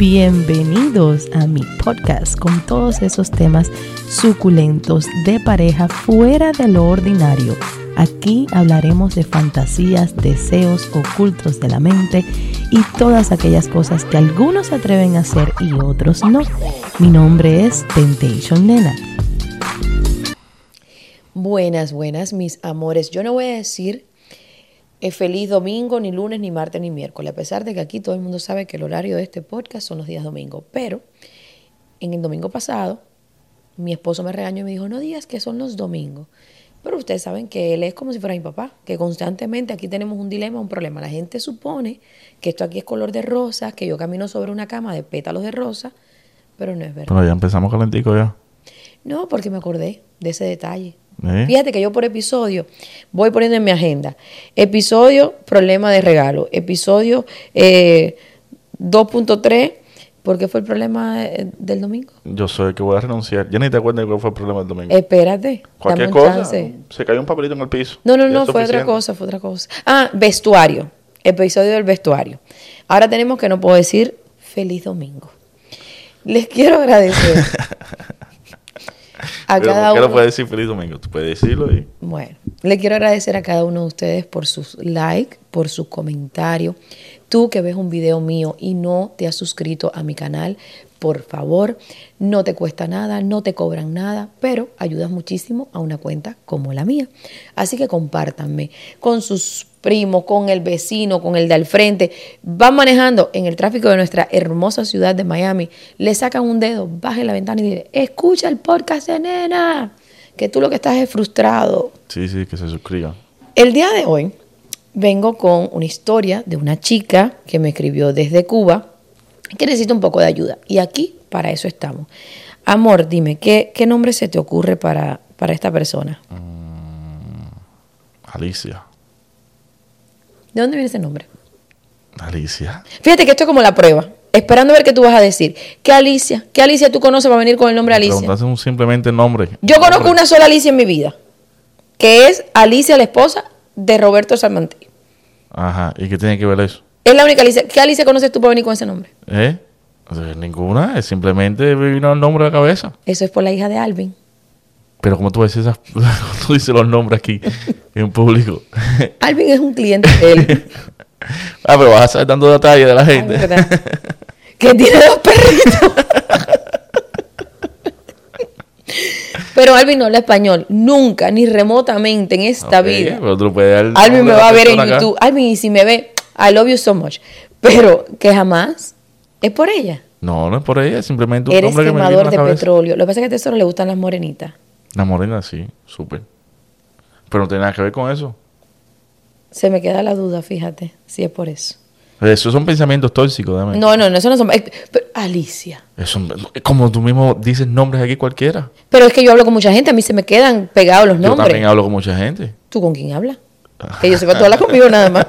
Bienvenidos a mi podcast con todos esos temas suculentos de pareja fuera de lo ordinario. Aquí hablaremos de fantasías, deseos ocultos de la mente y todas aquellas cosas que algunos se atreven a hacer y otros no. Mi nombre es Temptation Nena. Buenas, mis amores. Yo no voy a decir feliz domingo, ni lunes, ni martes, ni miércoles, a pesar de que aquí todo el mundo sabe que el horario de este podcast son los días domingos. Pero en el domingo pasado, mi esposo me regañó y me dijo, no digas que son los domingos. Pero ustedes saben que él es como si fuera mi papá, que constantemente aquí tenemos un dilema, un problema. La gente supone que esto aquí es color de rosa, que yo camino sobre una cama de pétalos de rosa, pero no es verdad. Pero ya empezamos calentico ya. No, porque me acordé de ese detalle. Fíjate que yo por episodio voy poniendo en mi agenda. Episodio, problema de regalo. Episodio 2.3, ¿por qué fue el problema del domingo? Yo soy el que voy a renunciar. Ya ni te acuerdas de cuál fue el problema del domingo. Espérate. Cualquier cosa. Se cayó un papelito en el piso. No, fue otra cosa. Ah, vestuario. Episodio del vestuario. Ahora tenemos que no puedo decir feliz domingo. Les quiero agradecer. ¿Por qué no puedes decir feliz domingo? Tú puedes decirlo y... Bueno, le quiero agradecer a cada uno de ustedes por sus likes, por sus comentarios. Tú que ves un video mío y no te has suscrito a mi canal, por favor, no te cuesta nada, no te cobran nada, pero ayudas muchísimo a una cuenta como la mía. Así que compártanme con sus primos, con el vecino, con el de al frente. Van manejando en el tráfico de nuestra hermosa ciudad de Miami, le sacan un dedo, bajen la ventana y dile, escucha el podcast de Nena, que tú lo que estás es frustrado. Sí, que se suscriban. El día de hoy vengo con una historia de una chica que me escribió desde Cuba, que necesita un poco de ayuda. Y aquí, para eso estamos. Amor, dime, ¿qué nombre se te ocurre para esta persona? Alicia. ¿De dónde viene ese nombre? Alicia. Fíjate que esto es como la prueba. Esperando a ver qué tú vas a decir. ¿Qué Alicia tú conoces para venir con el nombre Alicia? Preguntaste simplemente el nombre. Yo conozco una sola Alicia en mi vida, que es Alicia, la esposa de Roberto Salmantí. Ajá, ¿y qué tiene que ver eso? Es la única Alicia. ¿Qué Alicia conoces tú para venir con ese nombre? O sea, ninguna, es simplemente vino el nombre a la cabeza. Eso es por la hija de Alvin. Pero como tú dices, tú dices los nombres aquí en público. Alvin es un cliente de él. Pero vas a estar dando detalles de la gente. ¿Verdad? Que tiene 2 perritos. Pero Alvin no habla español. Nunca, ni remotamente en esta vida. Pero tú puedes dar Alvin me va a ver en YouTube. Alvin, y si me ve, I love you so much. Pero que jamás es por ella. No es por ella, simplemente un Eres nombre que me quemador viene a la de cabeza. petróleo. Lo que pasa es que a Tesoro le gustan las morenitas. La morena, sí, súper. Pero no tiene nada que ver con eso. Se me queda la duda, fíjate, si es por eso. Esos son pensamientos tóxicos, dame. No, eso no son... pero, Alicia. Como tú mismo dices nombres aquí cualquiera. Pero es que yo hablo con mucha gente, a mí se me quedan pegados los nombres. Yo también hablo con mucha gente. ¿Tú con quién hablas? Que yo sepa, tú hablas conmigo nada más.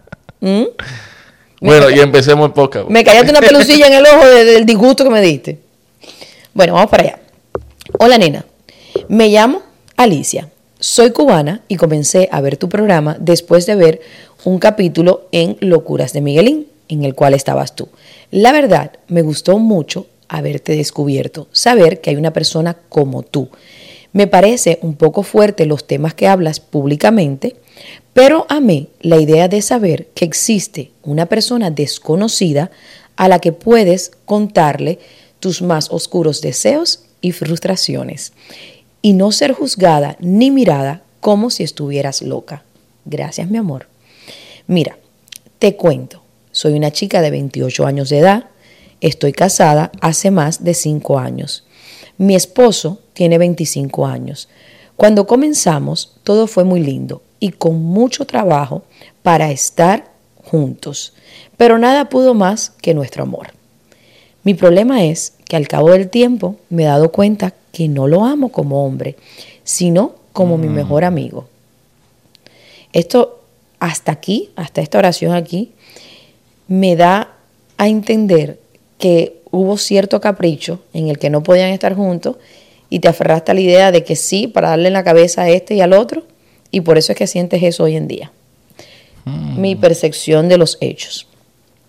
Bueno, y empecemos el podcast. Me callaste una pelucilla en el ojo del disgusto que me diste. Bueno, vamos para allá. Hola, nena. Me llamo Alicia. Soy cubana y comencé a ver tu programa después de ver un capítulo en Locuras de Miguelín, en el cual estabas tú. La verdad, me gustó mucho haberte descubierto, saber que hay una persona como tú. Me parece un poco fuerte los temas que hablas públicamente, pero amé la idea de saber que existe una persona desconocida a la que puedes contarle tus más oscuros deseos y frustraciones y no ser juzgada ni mirada como si estuvieras loca. Gracias, mi amor. Mira, te cuento, soy una chica de 28 años de edad, estoy casada hace más de 5 años. Mi esposo tiene 25 años. Cuando comenzamos, todo fue muy lindo y con mucho trabajo para estar juntos, pero nada pudo más que nuestro amor. Mi problema es que al cabo del tiempo me he dado cuenta que no lo amo como hombre, sino como mi mejor amigo. Esto hasta aquí, hasta esta oración aquí, me da a entender que hubo cierto capricho en el que no podían estar juntos y te aferraste a la idea de que sí, para darle en la cabeza a este y al otro, y por eso es que sientes eso hoy en día. Mi percepción de los hechos.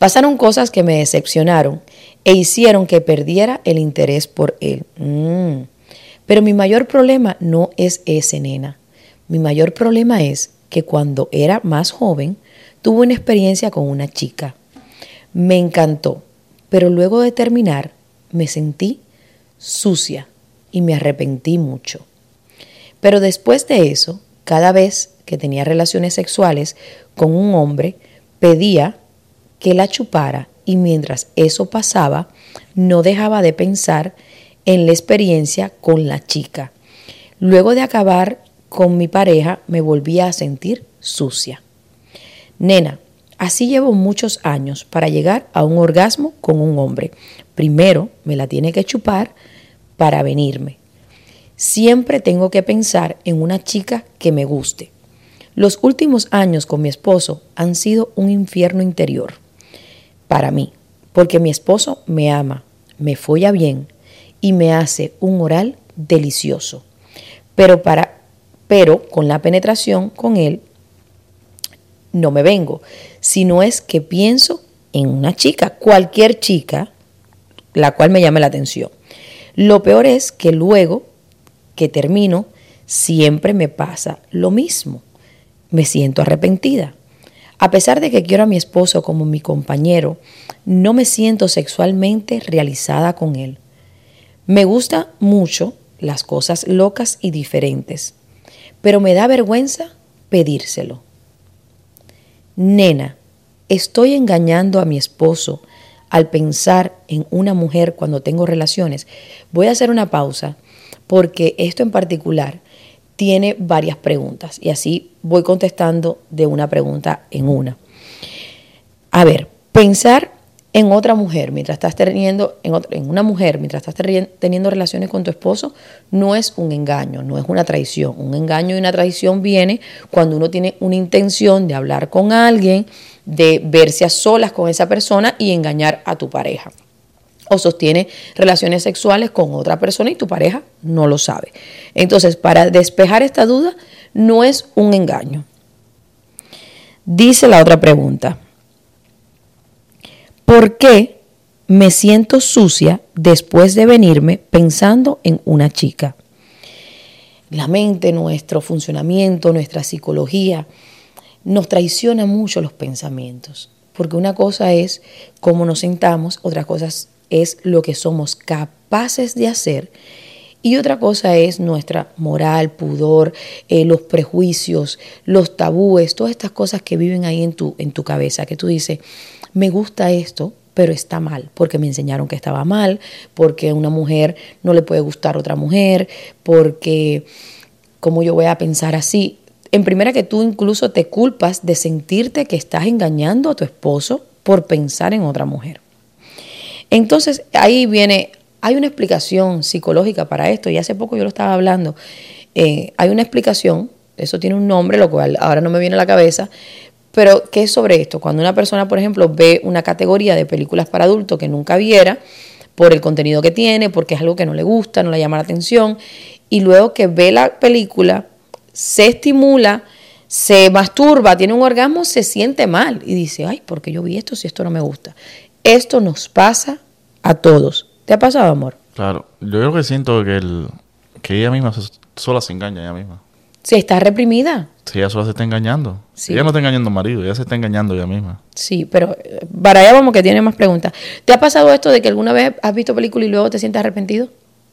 Pasaron cosas que me decepcionaron e hicieron que perdiera el interés por él. Pero mi mayor problema no es ese, nena. Mi mayor problema es que cuando era más joven tuve una experiencia con una chica. Me encantó, pero luego de terminar me sentí sucia y me arrepentí mucho. Pero después de eso, cada vez que tenía relaciones sexuales con un hombre, pedía que la chupara y mientras eso pasaba, no dejaba de pensar en la experiencia con la chica. Luego de acabar con mi pareja, me volvía a sentir sucia. Nena, así llevo muchos años para llegar a un orgasmo con un hombre. Primero me la tiene que chupar para venirme. Siempre tengo que pensar en una chica que me guste. Los últimos años con mi esposo han sido un infierno interior para mí, porque mi esposo me ama, me folla bien y me hace un oral delicioso. Pero con la penetración con él no me vengo, sino es que pienso en una chica, cualquier chica, la cual me llame la atención. Lo peor es que luego que termino, siempre me pasa lo mismo. Me siento arrepentida. A pesar de que quiero a mi esposo como mi compañero, no me siento sexualmente realizada con él. Me gustan mucho las cosas locas y diferentes, pero me da vergüenza pedírselo. Nena, estoy engañando a mi esposo al pensar en una mujer cuando tengo relaciones. Voy a hacer una pausa porque esto en particular tiene varias preguntas y así voy contestando de una pregunta en una. A ver, pensar en otra mujer mientras estás teniendo teniendo relaciones con tu esposo no es un engaño, no es una traición. Un engaño y una traición viene cuando uno tiene una intención de hablar con alguien, de verse a solas con esa persona y engañar a tu pareja. O sostiene relaciones sexuales con otra persona y tu pareja no lo sabe. Entonces, para despejar esta duda, no es un engaño. Dice la otra pregunta. ¿Por qué me siento sucia después de venirme pensando en una chica? La mente, nuestro funcionamiento, nuestra psicología, nos traiciona mucho los pensamientos. Porque una cosa es cómo nos sentamos, otra cosa es lo que somos capaces de hacer y otra cosa es nuestra moral, pudor, los prejuicios, los tabúes, todas estas cosas que viven ahí en tu cabeza, que tú dices, me gusta esto, pero está mal, porque me enseñaron que estaba mal, porque a una mujer no le puede gustar otra mujer, porque ¿cómo yo voy a pensar así? En primera que tú incluso te culpas de sentirte que estás engañando a tu esposo por pensar en otra mujer. Entonces, ahí viene, hay una explicación psicológica para esto, y hace poco yo lo estaba hablando. Hay una explicación, eso tiene un nombre, lo cual ahora no me viene a la cabeza, pero ¿qué es sobre esto? Cuando una persona, por ejemplo, ve una categoría de películas para adultos que nunca viera, por el contenido que tiene, porque es algo que no le gusta, no le llama la atención, y luego que ve la película, se estimula, se masturba, tiene un orgasmo, se siente mal, y dice, ay, ¿por qué yo vi esto si esto no me gusta? Esto nos pasa a todos. ¿Te ha pasado, amor? Claro. Yo creo que siento que ella misma sola se engaña ella misma. Sí, está reprimida. Sí, ella sola se está engañando. Sí. Ella no está engañando al marido, ella se está engañando ella misma. Sí, pero para allá vamos que tiene más preguntas. ¿Te ha pasado esto de que alguna vez has visto película y luego te sientes arrepentido?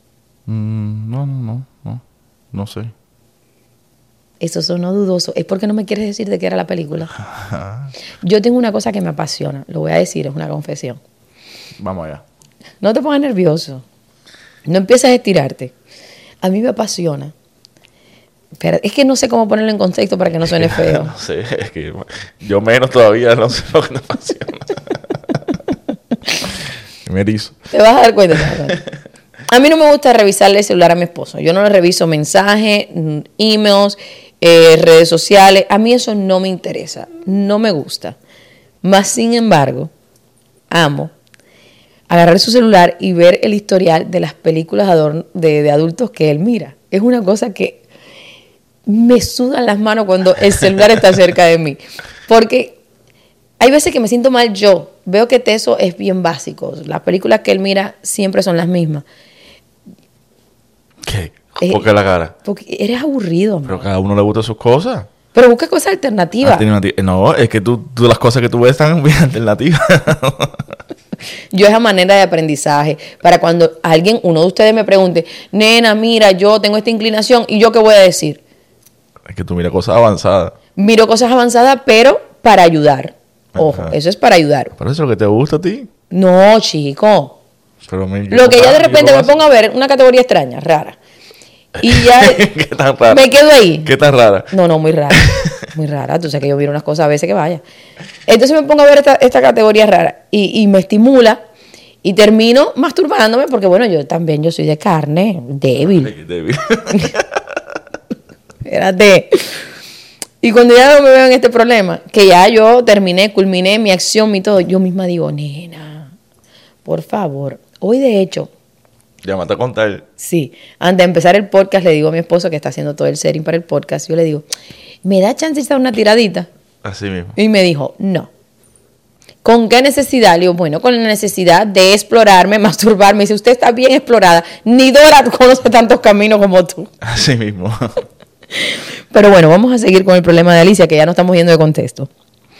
No sé. Eso sonó dudoso. ¿Es porque no me quieres decir de qué era la película? Yo tengo una cosa que me apasiona. Lo voy a decir, es una confesión. Vamos allá. No te pongas nervioso. No empieces a estirarte. A mí me apasiona. Pero es que no sé cómo ponerlo en contexto para que no suene feo. No sé, es que yo menos todavía no sé lo que me apasiona. Me erizo. Te vas a dar cuenta. A mí no me gusta revisarle el celular a mi esposo. Yo no le reviso mensajes, emails, redes sociales. A mí eso no me interesa. No me gusta. Más sin embargo, amo agarrar su celular y ver el historial de las películas de adultos que él mira. Es una cosa que me sudan las manos cuando el celular está cerca de mí. Porque hay veces que me siento mal yo veo que Teso es bien básico. Las películas que él mira siempre son las mismas. ¿Qué? ¿Por qué la cara? Porque eres aburrido, amor. Pero a cada uno le gustan sus cosas. Pero busca cosas alternativas. No, es que tú las cosas que tú ves están bien alternativas. Yo esa manera de aprendizaje, para cuando uno de ustedes me pregunte, nena, mira, yo tengo esta inclinación, ¿y yo qué voy a decir? Es que tú miras cosas avanzadas. Miro cosas avanzadas, pero para ayudar. Ojo, Ajá. eso es para ayudar. ¿Pero eso es lo que te gusta a ti? No, chico. Pero Lo que ya de repente me pongo a ver, una categoría extraña, rara. Y ya ¿Qué tan rara? me quedo ahí. ¿Qué tan rara? No, muy rara. Muy rara. Tú sabes que yo miro unas cosas a veces que vaya. Entonces me pongo a ver esta categoría rara y me estimula y termino masturbándome porque, bueno, yo soy de carne, débil. Ay, débil. Espérate. Y cuando ya no me veo en este problema, que ya yo culminé mi acción, mi todo, yo misma digo, nena, por favor. Hoy, de hecho, Llámate a contar. sí, antes de empezar el podcast, le digo a mi esposo que está haciendo todo el setting para el podcast, yo le digo, ¿me da chance de echar una tiradita? Así mismo. Y me dijo, no. ¿Con qué necesidad? Le digo, bueno, con la necesidad de explorarme, masturbarme. Dice, usted está bien explorada. Ni Dora conoce tantos caminos como tú. Así mismo. Pero bueno, vamos a seguir con el problema de Alicia, que ya no estamos yendo de contexto.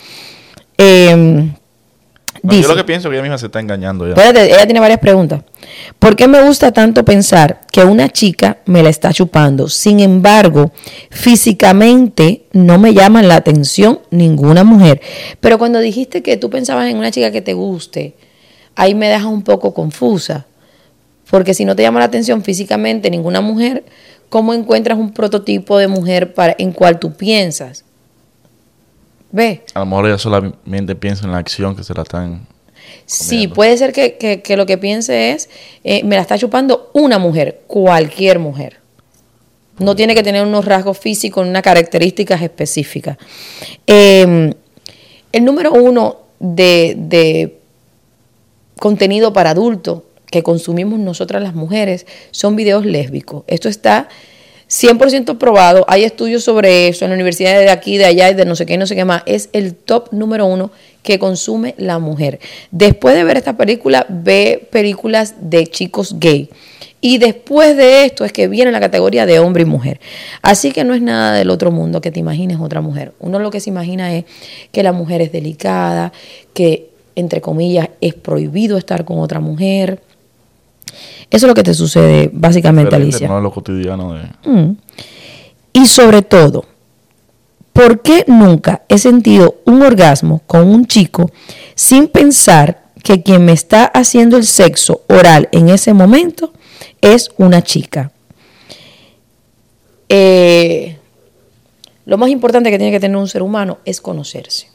Dice, yo lo que pienso es que ella misma se está engañando ya. espérate, ella tiene varias preguntas. ¿Por qué me gusta tanto pensar que una chica me la está chupando? Sin embargo, físicamente no me llaman la atención ninguna mujer. Pero cuando dijiste que tú pensabas en una chica que te guste, ahí me dejas un poco confusa. Porque si no te llama la atención físicamente ninguna mujer, ¿cómo encuentras un prototipo de mujer en cual tú piensas? ¿Ves? A lo mejor ella solamente piensa en la acción que se la están... Sí, comiendo. puede ser que lo que piense es, me la está chupando una mujer, cualquier mujer. No tiene que tener unos rasgos físicos, unas características específicas. El número 1 de contenido para adultos que consumimos nosotras las mujeres son videos lésbicos. Esto está 100% probado. Hay estudios sobre eso en la universidad de aquí, de allá y de no sé qué más. Es el top número 1 que consume la mujer. Después de ver esta película, ve películas de chicos gay. Y después de esto es que viene la categoría de hombre y mujer. Así que no es nada del otro mundo que te imagines otra mujer. Uno lo que se imagina es que la mujer es delicada, que, entre comillas, es prohibido estar con otra mujer. Eso es lo que te sucede básicamente, Diferente, Alicia. No es lo cotidiano de... Y sobre todo, ¿por qué nunca he sentido un orgasmo con un chico sin pensar que quien me está haciendo el sexo oral en ese momento es una chica? Lo más importante que tiene que tener un ser humano es conocerse.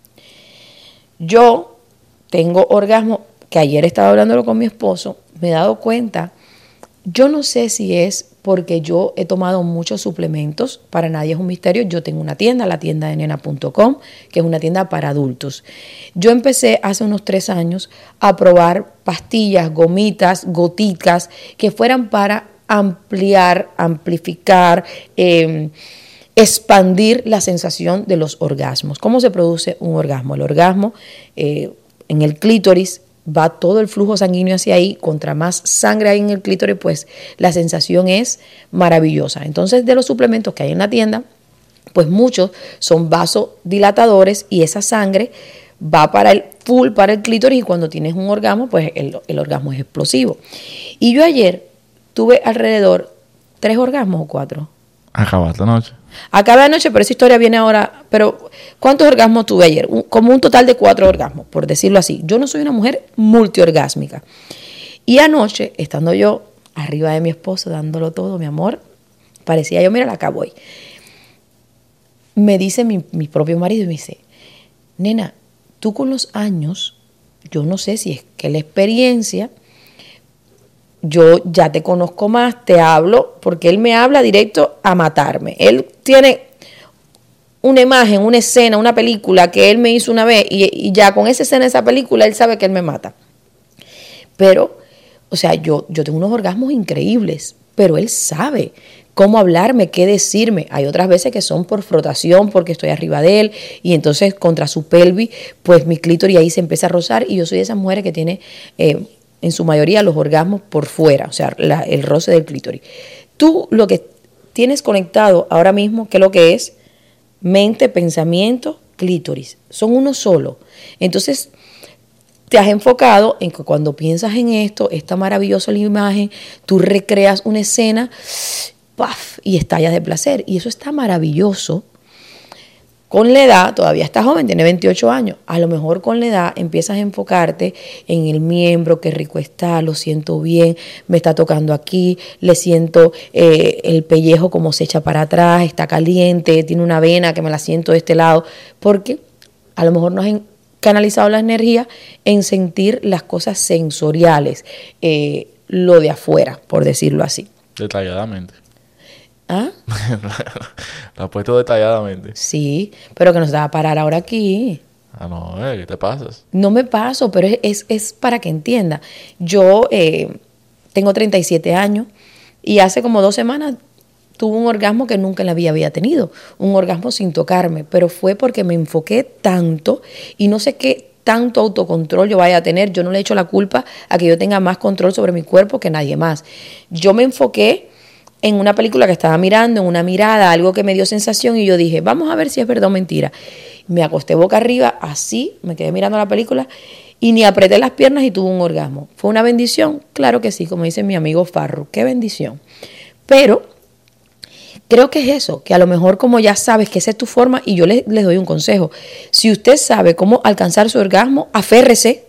Yo tengo orgasmo, que ayer estaba hablándolo con mi esposo, me he dado cuenta, yo no sé si es porque yo he tomado muchos suplementos, para nadie es un misterio, yo tengo una tienda, la tienda de nena.com, que es una tienda para adultos. Yo empecé hace unos 3 años a probar pastillas, gomitas, goticas, que fueran para amplificar, expandir la sensación de los orgasmos. ¿Cómo se produce un orgasmo? El orgasmo en el clítoris va todo el flujo sanguíneo hacia ahí, contra más sangre hay en el clítoris, pues la sensación es maravillosa. Entonces, de los suplementos que hay en la tienda, pues muchos son vasodilatadores y esa sangre va para el clítoris y cuando tienes un orgasmo, pues el orgasmo es explosivo. Y yo ayer tuve alrededor 3 orgasmos o 4. Acabaste anoche. Acabé anoche, pero esa historia viene ahora. Pero, ¿cuántos orgasmos tuve ayer? Como un total de 4 orgasmos, por decirlo así. Yo no soy una mujer multiorgásmica. Y anoche, estando yo arriba de mi esposo, dándolo todo, mi amor, parecía yo, mira, la acabo. Me dice mi propio marido, y me dice, nena, tú con los años, yo no sé si es que la experiencia... Yo ya te conozco más, te hablo, porque él me habla directo a matarme. Él tiene una imagen, una escena, una película que él me hizo una vez y ya con esa escena, esa película, él sabe que él me mata. Pero, o sea, yo tengo unos orgasmos increíbles, pero él sabe. cómo hablarme, qué decirme. Hay otras veces que son por frotación, porque estoy arriba de él y entonces contra su pelvis, pues mi clítoris ahí se empieza a rozar y yo soy de esas mujeres que tiene en su mayoría los orgasmos por fuera, o sea, el roce del clítoris. Tú lo que tienes conectado ahora mismo, ¿qué es lo que es? Mente, pensamiento, clítoris. Son uno solo. Entonces, te has enfocado en que cuando piensas en esto, esta maravillosa imagen, tú recreas una escena, ¡paf!, y estallas de placer. Y eso está maravilloso. Con la edad, todavía está joven, tiene 28 años, a lo mejor con la edad empiezas a enfocarte en el miembro, qué rico está, lo siento bien, me está tocando aquí, le siento el pellejo como se echa para atrás, está caliente, tiene una vena que me la siento de este lado, porque a lo mejor no has canalizado la energía en sentir las cosas sensoriales, lo de afuera, por decirlo así. Detalladamente. ¿Ah? Lo has puesto detalladamente. Sí, pero que nos va a parar ahora aquí. Ah, no, ¿qué te pasas? No me paso, pero es para que entienda. Yo tengo 37 años y hace como 2 semanas tuve un orgasmo que nunca en la vida había tenido. Un orgasmo sin tocarme, pero fue porque me enfoqué tanto y no sé qué tanto autocontrol yo vaya a tener. Yo no le echo la culpa a que yo tenga más control sobre mi cuerpo que nadie más. Yo me enfoqué en una película que estaba mirando, en una mirada, algo que me dio sensación y yo dije, vamos a ver si es verdad o mentira. Me acosté boca arriba, así, me quedé mirando la película y ni apreté las piernas y tuve un orgasmo. ¿Fue una bendición? Claro que sí, como dice mi amigo Farru, qué bendición. Pero creo que es eso, que a lo mejor como ya sabes que esa es tu forma y yo les doy un consejo. Si usted sabe cómo alcanzar su orgasmo, aférrese,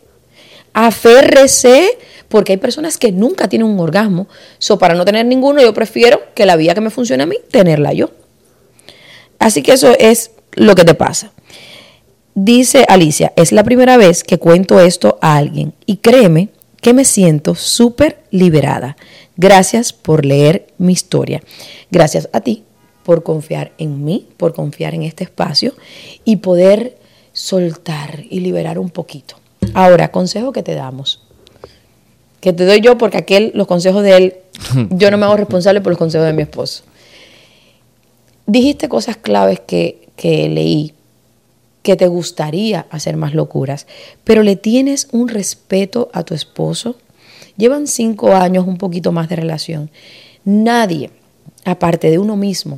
porque hay personas que nunca tienen un orgasmo. Para no tener ninguno, yo prefiero que la vía que me funcione a mí, tenerla yo. Así que eso es lo que te pasa. Dice Alicia, es la primera vez que cuento esto a alguien y créeme que me siento súper liberada. Gracias por leer mi historia. Gracias a ti por confiar en mí, por confiar en este espacio y poder soltar y liberar un poquito. Ahora, consejo que te damos. Que te doy yo porque los consejos de él, yo no me hago responsable por los consejos de mi esposo. Dijiste cosas claves que leí, que te gustaría hacer más locuras, pero le tienes un respeto a tu esposo. Llevan 5 años, un poquito más de relación. Nadie, aparte de uno mismo,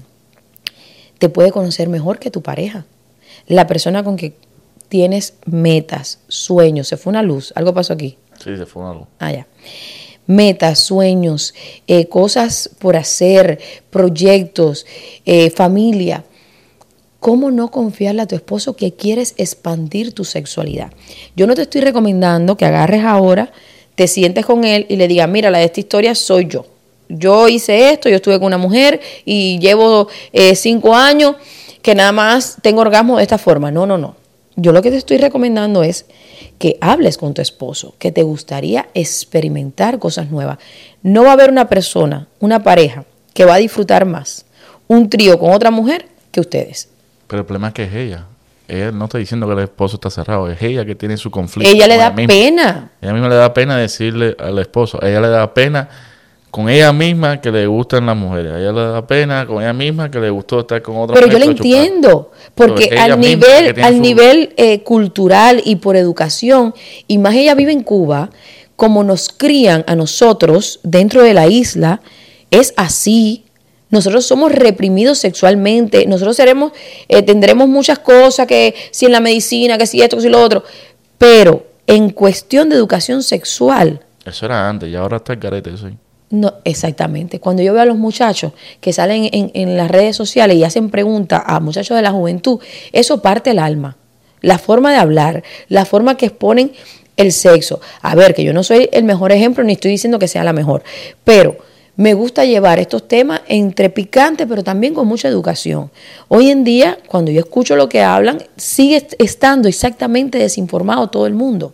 te puede conocer mejor que tu pareja. La persona con que tienes metas, sueños. Se fue una luz, algo pasó aquí. Sí, se fue una luz. Ah, ya. Metas, sueños, cosas por hacer, proyectos, familia. ¿Cómo no confiarle a tu esposo que quieres expandir tu sexualidad? Yo no te estoy recomendando que agarres ahora, te sientes con él y le digas, mira, la de esta historia soy yo. Yo hice esto, yo estuve con una mujer y llevo 5 años que nada más tengo orgasmo de esta forma. No. Yo lo que te estoy recomendando es que hables con tu esposo, que te gustaría experimentar cosas nuevas. No va a haber una persona, una pareja, que va a disfrutar más un trío con otra mujer que ustedes. Pero el problema es que es ella. Ella no está diciendo que el esposo está cerrado. Es ella que tiene su conflicto. Ella le da pena. Ella misma le da pena decirle al esposo. A ella le da pena con ella misma que le gustan las mujeres. A ella le da pena con ella misma que le gustó estar con otra mujer. Pero yo le entiendo. Porque al nivel cultural y por educación, y más ella vive en Cuba, como nos crían a nosotros dentro de la isla, es así. Nosotros somos reprimidos sexualmente. Nosotros tendremos muchas cosas, que si en la medicina, que si esto, que si lo otro. Pero en cuestión de educación sexual. Eso era antes y ahora está el garete, eso. No, exactamente. Cuando yo veo a los muchachos que salen en las redes sociales y hacen preguntas a muchachos de la juventud, eso parte el alma. La forma de hablar, la forma que exponen el sexo. A ver, que yo no soy el mejor ejemplo, ni estoy diciendo que sea la mejor, pero me gusta llevar estos temas entre picantes, pero también con mucha educación. Hoy en día, cuando yo escucho lo que hablan, sigue estando exactamente desinformado todo el mundo.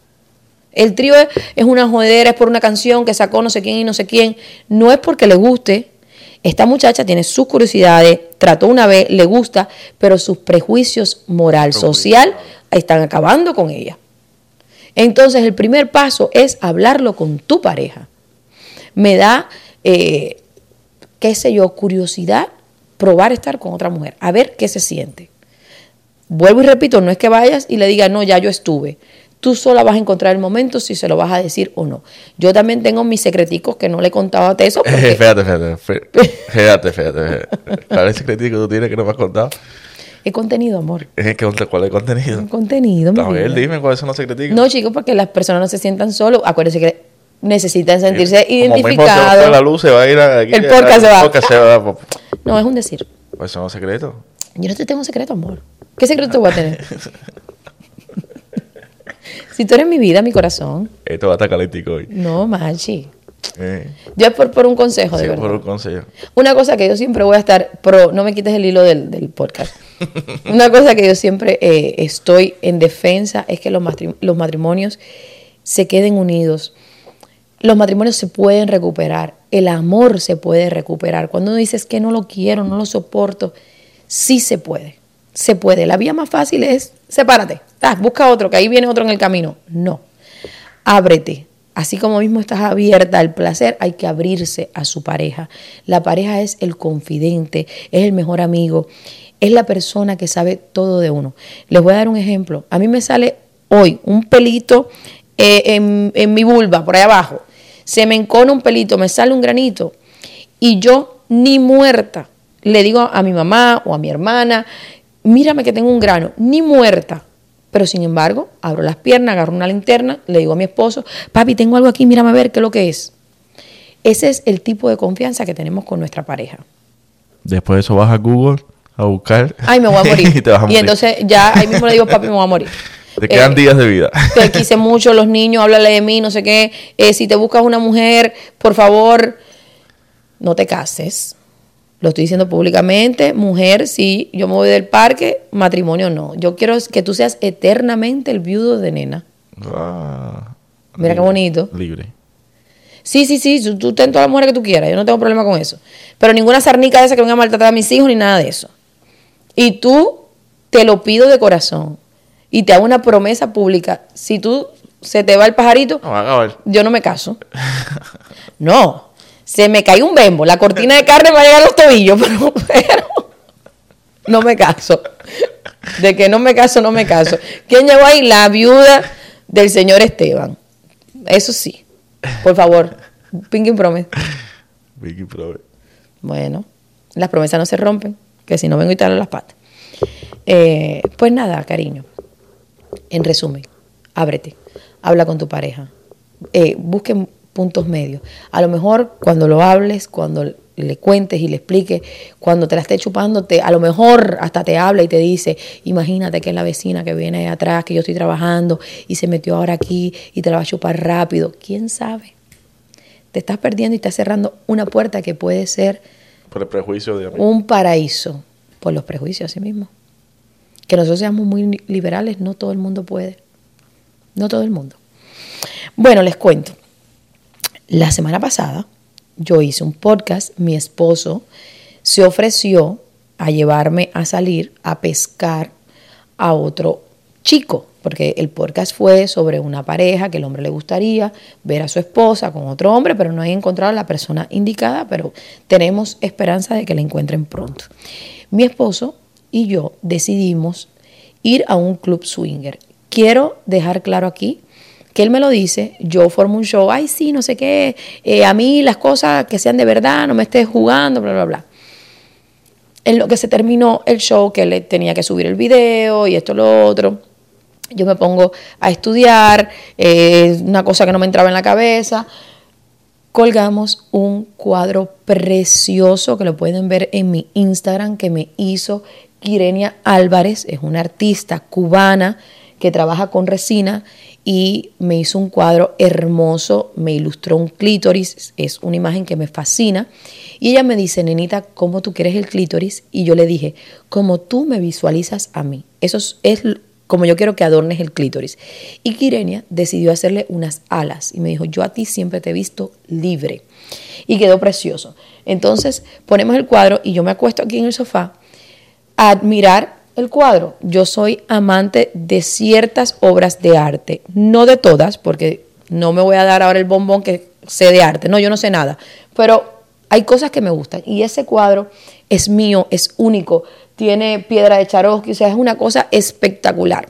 El trío es una jodedera, es por una canción que sacó no sé quién y no sé quién. No es porque le guste. Esta muchacha tiene sus curiosidades, trató una vez, le gusta, pero sus prejuicios moral, social, están acabando con ella. Entonces, el primer paso es hablarlo con tu pareja. Me da, qué qué sé yo, curiosidad, probar estar con otra mujer, a ver qué se siente. Vuelvo y repito, no es que vayas y le digas, no, ya yo estuve. Tú sola vas a encontrar el momento si se lo vas a decir o no. Yo también tengo mis secreticos que no le he contado a Teso. Porque... Fíjate. ¿Cuál es el secretico que tú tienes que no me has contado? Es contenido, amor. ¿Cuál es el contenido? El contenido, mi vida. Dime cuáles son los secreticos. No, chicos, porque las personas no se sientan solos. Acuérdense que necesitan sentirse Como mismo identificados. la luz se va a ir aquí. El podcast se va. El podcast se va. No, es un decir. Pues son los secretos. Yo no te tengo un secreto, amor. ¿Qué secreto te voy a tener? Si tú eres mi vida, mi corazón. Esto va a estar calentico hoy. No, machi. Yo es por un consejo, de Sí, verdad. por un consejo. Una cosa que yo siempre voy a estar no me quites el hilo del podcast. Una cosa que yo siempre estoy en defensa es que los matrimonios se queden unidos. Los matrimonios se pueden recuperar. El amor se puede recuperar. Cuando uno dice es que no lo quiero, no lo soporto, sí se puede. Se puede. La vía más fácil es sepárate. Busca otro, que ahí viene otro en el camino. No. Ábrete. Así como mismo estás abierta al placer, hay que abrirse a su pareja. La pareja es el confidente, es el mejor amigo, es la persona que sabe todo de uno. Les voy a dar un ejemplo. A mí me sale hoy un pelito en mi vulva, por ahí abajo. Se me encona un pelito, me sale un granito. Y yo, ni muerta, le digo a mi mamá o a mi hermana, mírame que tengo un grano, ni muerta. Pero sin embargo, abro las piernas, agarro una linterna, le digo a mi esposo, papi, tengo algo aquí, mírame a ver qué es lo que es. Ese es el tipo de confianza que tenemos con nuestra pareja. Después de eso vas a Google a buscar. Ay, me voy a morir. Y te vas a morir. Y entonces ya ahí mismo le digo, papi, me voy a morir. Te quedan días de vida. Te quise mucho, los niños, háblale de mí, no sé qué. Si te buscas una mujer, por favor, no te cases. Lo estoy diciendo públicamente. Mujer, sí, yo me voy del parque, matrimonio no. Yo quiero que tú seas eternamente el viudo de nena. Mira qué bonito. Libre. Sí, tú ten toda la mujer que tú quieras, yo no tengo problema con eso. Pero ninguna sarnica de esa que venga a maltratar a mis hijos ni nada de eso. Y tú te lo pido de corazón. Y te hago una promesa pública. Si tú se te va el pajarito, yo no me caso. No. Se me cae un bembo, la cortina de carne va a llegar a los tobillos, pero no me caso. De que no me caso, no me caso. ¿Quién llegó ahí? La viuda del señor Esteban. Eso sí. Por favor, Pinky Promise. Pinky Promise. Bueno, las promesas no se rompen, que si no vengo y te hablo las patas. Pues nada, cariño. En resumen, ábrete, habla con tu pareja. Busquen puntos medios. A lo mejor cuando lo hables, cuando le cuentes y le expliques, cuando te la esté chupando, a lo mejor hasta te habla y te dice, imagínate que es la vecina que viene ahí atrás, que yo estoy trabajando y se metió ahora aquí y te la va a chupar rápido. ¿Quién sabe? Te estás perdiendo y estás cerrando una puerta que puede ser por el prejuicio de un paraíso. Por los prejuicios, así mismo. Que nosotros seamos muy liberales, no todo el mundo puede. No todo el mundo. Bueno, les cuento. La semana pasada yo hice un podcast, mi esposo se ofreció a llevarme a salir a pescar a otro chico, porque el podcast fue sobre una pareja que el hombre le gustaría ver a su esposa con otro hombre, pero no han encontrado a la persona indicada, pero tenemos esperanza de que la encuentren pronto. Mi esposo y yo decidimos ir a un club swinger. Quiero dejar claro aquí que él me lo dice, yo formo un show, ay sí, no sé qué, a mí las cosas que sean de verdad, no me estés jugando, bla, bla, bla. En lo que se terminó el show, que él tenía que subir el video y esto, lo otro, yo me pongo a estudiar, una cosa que no me entraba en la cabeza. Colgamos un cuadro precioso que lo pueden ver en mi Instagram, que me hizo Kirenia Álvarez, es una artista cubana que trabaja con resina y me hizo un cuadro hermoso, me ilustró un clítoris, es una imagen que me fascina. Y ella me dice, nenita, ¿cómo tú quieres el clítoris? Y yo le dije, como tú me visualizas a mí. Eso es como yo quiero que adornes el clítoris. Y Kirenia decidió hacerle unas alas y me dijo, yo a ti siempre te he visto libre. Y quedó precioso. Entonces ponemos el cuadro y yo me acuesto aquí en el sofá a admirar el cuadro. Yo soy amante de ciertas obras de arte, no de todas, porque no me voy a dar ahora el bombón que sé de arte. No, yo no sé nada. Pero hay cosas que me gustan. Y ese cuadro es mío, es único. Tiene piedra de Swarovski, o sea, es una cosa espectacular.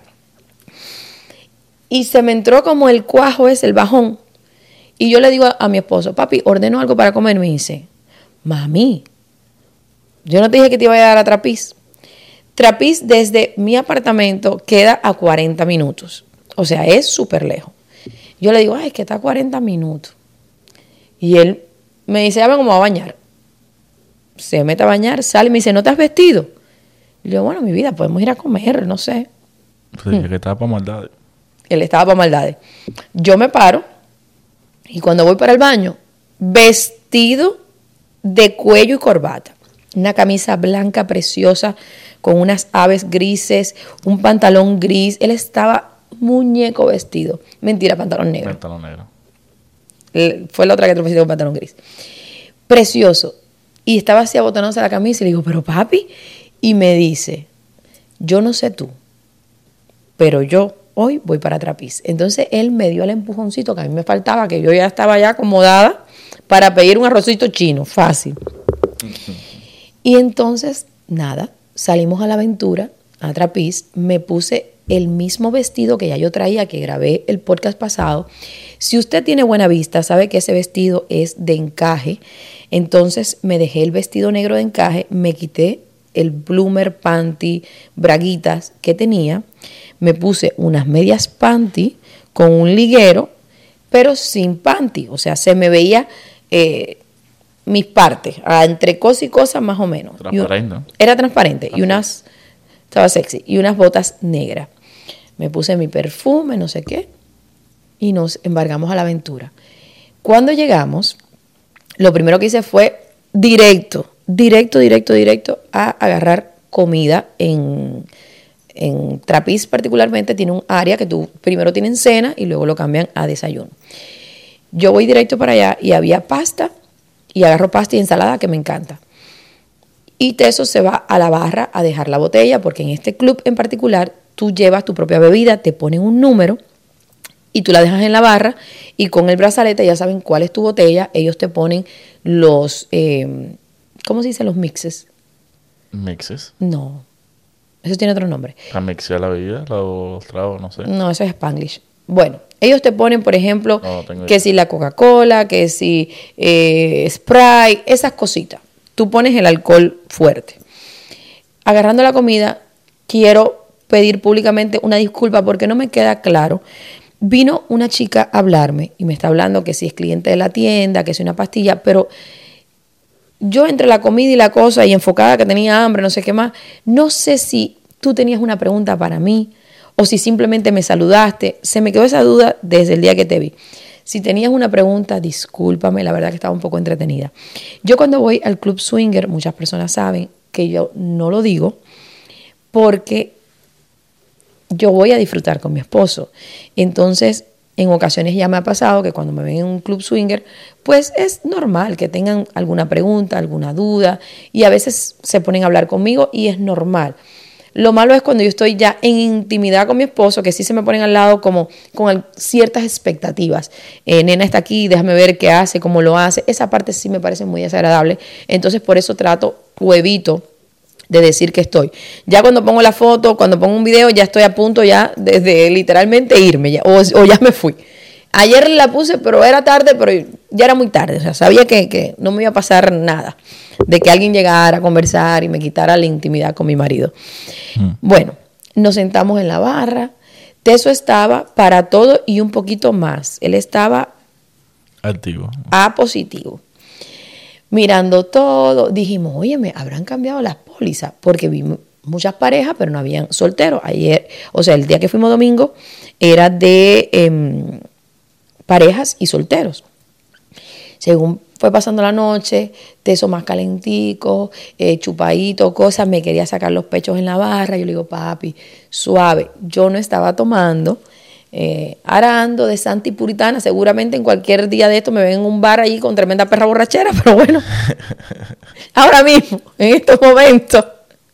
Y se me entró como el cuajo ese, el bajón. Y yo le digo a mi esposo, papi, ordeno algo para comer. Me dice, mami, yo no te dije que te iba a dar a Trapiz. Trapiz desde mi apartamento queda a 40 minutos. O sea, es súper lejos. Yo le digo, ay, es que está a 40 minutos. Y él me dice, ya vengo, me voy a bañar. Se mete a bañar, sale y me dice, ¿no te has vestido? Y yo, bueno, mi vida, podemos ir a comer, no sé. Pues dije que estaba para maldades. Él estaba para maldades. Yo me paro y cuando voy para el baño, vestido de cuello y corbata. Una camisa blanca preciosa con unas aves grises, un pantalón gris. Él estaba muñeco vestido. Mentira, pantalón negro. Pantalón negro. Fue la otra que te ofreció con pantalón gris. Precioso. Y estaba así abotonándose la camisa y le digo, pero papi. Y me dice, yo no sé tú, pero yo hoy voy para Trapiz. Entonces él me dio el empujoncito que a mí me faltaba, que yo ya estaba ya acomodada para pedir un arrocito chino, fácil. Y entonces, nada, salimos a la aventura, a Trapiz, me puse el mismo vestido que ya yo traía, que grabé el podcast pasado. Si usted tiene buena vista, sabe que ese vestido es de encaje. Entonces me dejé el vestido negro de encaje, me quité el bloomer, panty, braguitas que tenía, me puse unas medias panty con un liguero, pero sin panty. O sea, se me veía mis partes, entre cosas y cosas más o menos. Transparente. Era transparente. Y unas, estaba sexy, y unas botas negras. Me puse mi perfume, no sé qué, y nos embarcamos a la aventura. Cuando llegamos, lo primero que hice fue directo a agarrar comida en Trapiz particularmente. Tiene un área que tú primero tienes cena y luego lo cambian a desayuno. Yo voy directo para allá y había pasta y agarro pasta y ensalada que me encanta. Y Teso se va a la barra a dejar la botella porque en este club en particular tú llevas tu propia bebida, te ponen un número y tú la dejas en la barra y con el brazalete ya saben cuál es tu botella. Ellos te ponen los, ¿cómo se dice? Los mixes. ¿Mixes? No, eso tiene otro nombre. ¿Para mixear la bebida? ¿Los tragos? No sé. No, eso es Spanglish. Bueno, ellos te ponen, por ejemplo, tengo que idea. si la Coca-Cola, que si Sprite, esas cositas. Tú pones el alcohol fuerte. Agarrando la comida, quiero pedir públicamente una disculpa porque no me queda claro. Vino una chica a hablarme y me está hablando que si es cliente de la tienda, que si una pastilla, pero yo entre la comida y la cosa y enfocada que tenía hambre, no sé qué más, no sé si tú tenías una pregunta para mí o si simplemente me saludaste. Se me quedó esa duda desde el día que te vi. Si tenías una pregunta, discúlpame, la verdad que estaba un poco entretenida. Yo cuando voy al club swinger, muchas personas saben que yo no lo digo porque yo voy a disfrutar con mi esposo. Entonces, en ocasiones ya me ha pasado que cuando me ven en un club swinger, pues es normal que tengan alguna pregunta, alguna duda, y a veces se ponen a hablar conmigo y es normal. Lo malo es cuando yo estoy ya en intimidad con mi esposo, que sí se me ponen al lado como con ciertas expectativas. Nena está aquí, déjame ver qué hace, cómo lo hace. Esa parte sí me parece muy desagradable. Entonces, por eso trato o evito de decir que estoy. Ya cuando pongo la foto, cuando pongo un video, ya estoy a punto ya de literalmente irme ya, o ya me fui. Ayer la puse, pero era tarde, pero ya era muy tarde. O sea, sabía que no me iba a pasar nada de que alguien llegara a conversar y me quitara la intimidad con mi marido. Bueno, nos sentamos en la barra. Teso estaba para todo y un poquito más. Él estaba Activo. A positivo. Mirando todo, dijimos, oye, ¿me habrán cambiado las pólizas? Porque vimos muchas parejas, pero no habían solteros. Ayer, o sea, el día que fuimos domingo, era de parejas y solteros. Según fue pasando la noche, Teso más calentico, chupadito, cosas, me quería sacar los pechos en la barra. Yo le digo, papi, suave. Yo no estaba tomando, arando de santa y puritana. Seguramente en cualquier día de esto me ven en un bar ahí con tremenda perra borrachera, pero bueno, ahora mismo, en estos momentos,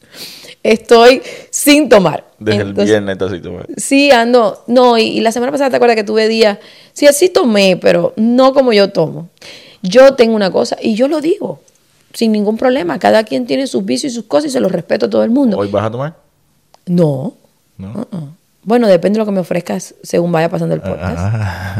estoy sin tomar. Desde el viernes está así tomar. Sí, no, y la semana pasada te acuerdas que tuve días, sí, así tomé, pero no como yo tomo. Yo tengo una cosa y yo lo digo sin ningún problema. Cada quien tiene sus vicios y sus cosas y se los respeto a todo el mundo. ¿Hoy vas a tomar? No. No. Bueno, depende de lo que me ofrezcas según vaya pasando el podcast.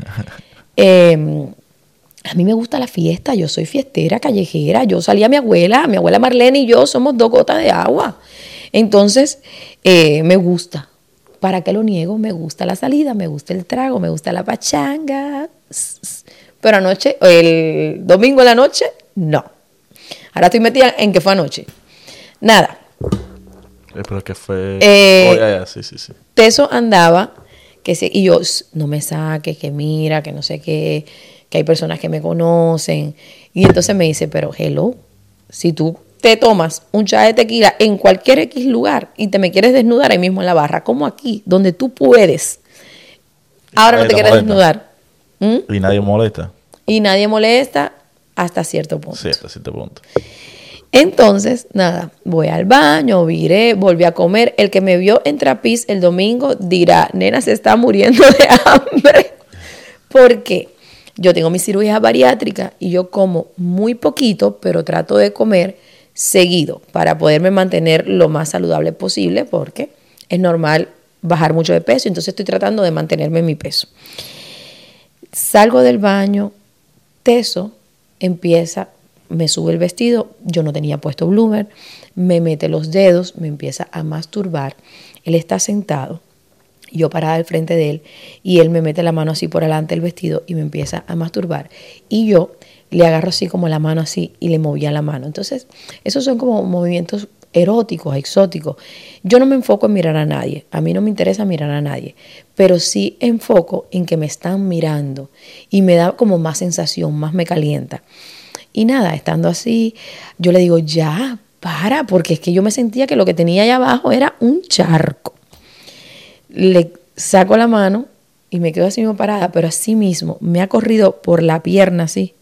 A mí me gusta la fiesta, yo soy fiestera, callejera. Yo salí a mi abuela Marlene y yo somos 2 gotas de agua. Entonces, me gusta. ¿Para qué lo niego? Me gusta la salida, me gusta el trago, me gusta la pachanga. Pero anoche, el domingo en la noche, no. Ahora estoy metida en que fue anoche. Nada. Pero que fue... sí. Teso andaba, y yo, no me saques, que mira, que no sé qué, que hay personas que me conocen. Y entonces me dice, pero hello, si tú te tomas un chá de tequila en cualquier X lugar y te me quieres desnudar ahí mismo en la barra, como aquí, donde tú puedes, ahora no te quieres desnudar. Y nadie molesta. Y nadie molesta hasta cierto punto. Sí, hasta cierto punto. Entonces, nada, voy al baño, viré, volví a comer. El que me vio en Trapiz el domingo dirá, nena, se está muriendo de hambre. ¿Por qué? Yo tengo mi cirugía bariátrica y yo como muy poquito, pero trato de comer seguido para poderme mantener lo más saludable posible, porque es normal bajar mucho de peso, entonces estoy tratando de mantenerme en mi peso. Salgo del baño, Teso empieza, me sube el vestido, yo no tenía puesto bloomer, me mete los dedos, me empieza a masturbar. Él está sentado, yo parada al frente de él, y él me mete la mano así por delante del vestido y me empieza a masturbar. Y yo le agarro así como la mano así y le movía la mano. Entonces, esos son como movimientos eróticos, exóticos. Yo no me enfoco en mirar a nadie, a mí no me interesa mirar a nadie, pero sí enfoco en que me están mirando y me da como más sensación, más me calienta. Y nada, estando así, yo le digo, ya, para, porque es que yo me sentía que lo que tenía allá abajo era un charco. Le saco la mano y me quedo así mismo parada, pero así mismo me ha corrido por la pierna así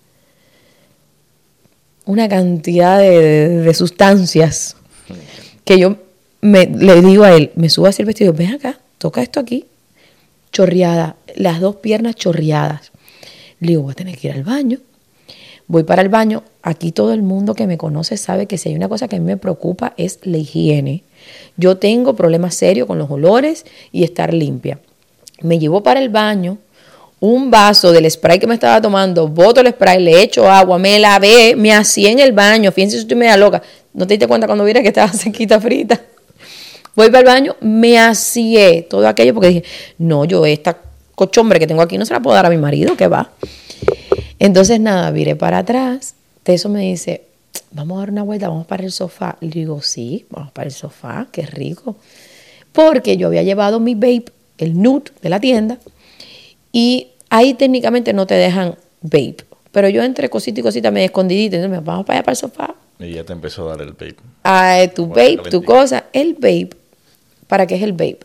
una cantidad de sustancias que yo le digo a él, me subo hacia el vestido, ven acá, toca esto aquí, chorreada, las 2 piernas chorreadas. Le digo, voy a tener que ir al baño. Voy para el baño. Aquí todo el mundo que me conoce sabe que si hay una cosa que a mí me preocupa es la higiene. Yo tengo problemas serios con los olores y estar limpia. Me llevo para el baño un vaso del spray que me estaba tomando, boto el spray, le echo agua, me lavé, me hacía en el baño. Fíjense si estoy media loca. ¿No te diste cuenta cuando vi que estaba sequita frita? Voy para el baño, me hacía todo aquello porque dije, no, yo esta cochombre que tengo aquí no se la puedo dar a mi marido, que va. Entonces nada, viré para atrás. Teso me dice, vamos a dar una vuelta, vamos para el sofá. Le digo, sí, vamos para el sofá, qué rico. Porque yo había llevado mi vape, el nude de la tienda, y ahí técnicamente no te dejan vape. Pero yo entre cosita y cosita me escondidita, entonces vamos para allá para el sofá. Y ya te empezó a dar el vape. Tu vape, tu cosa. El vape, ¿para qué es el vape?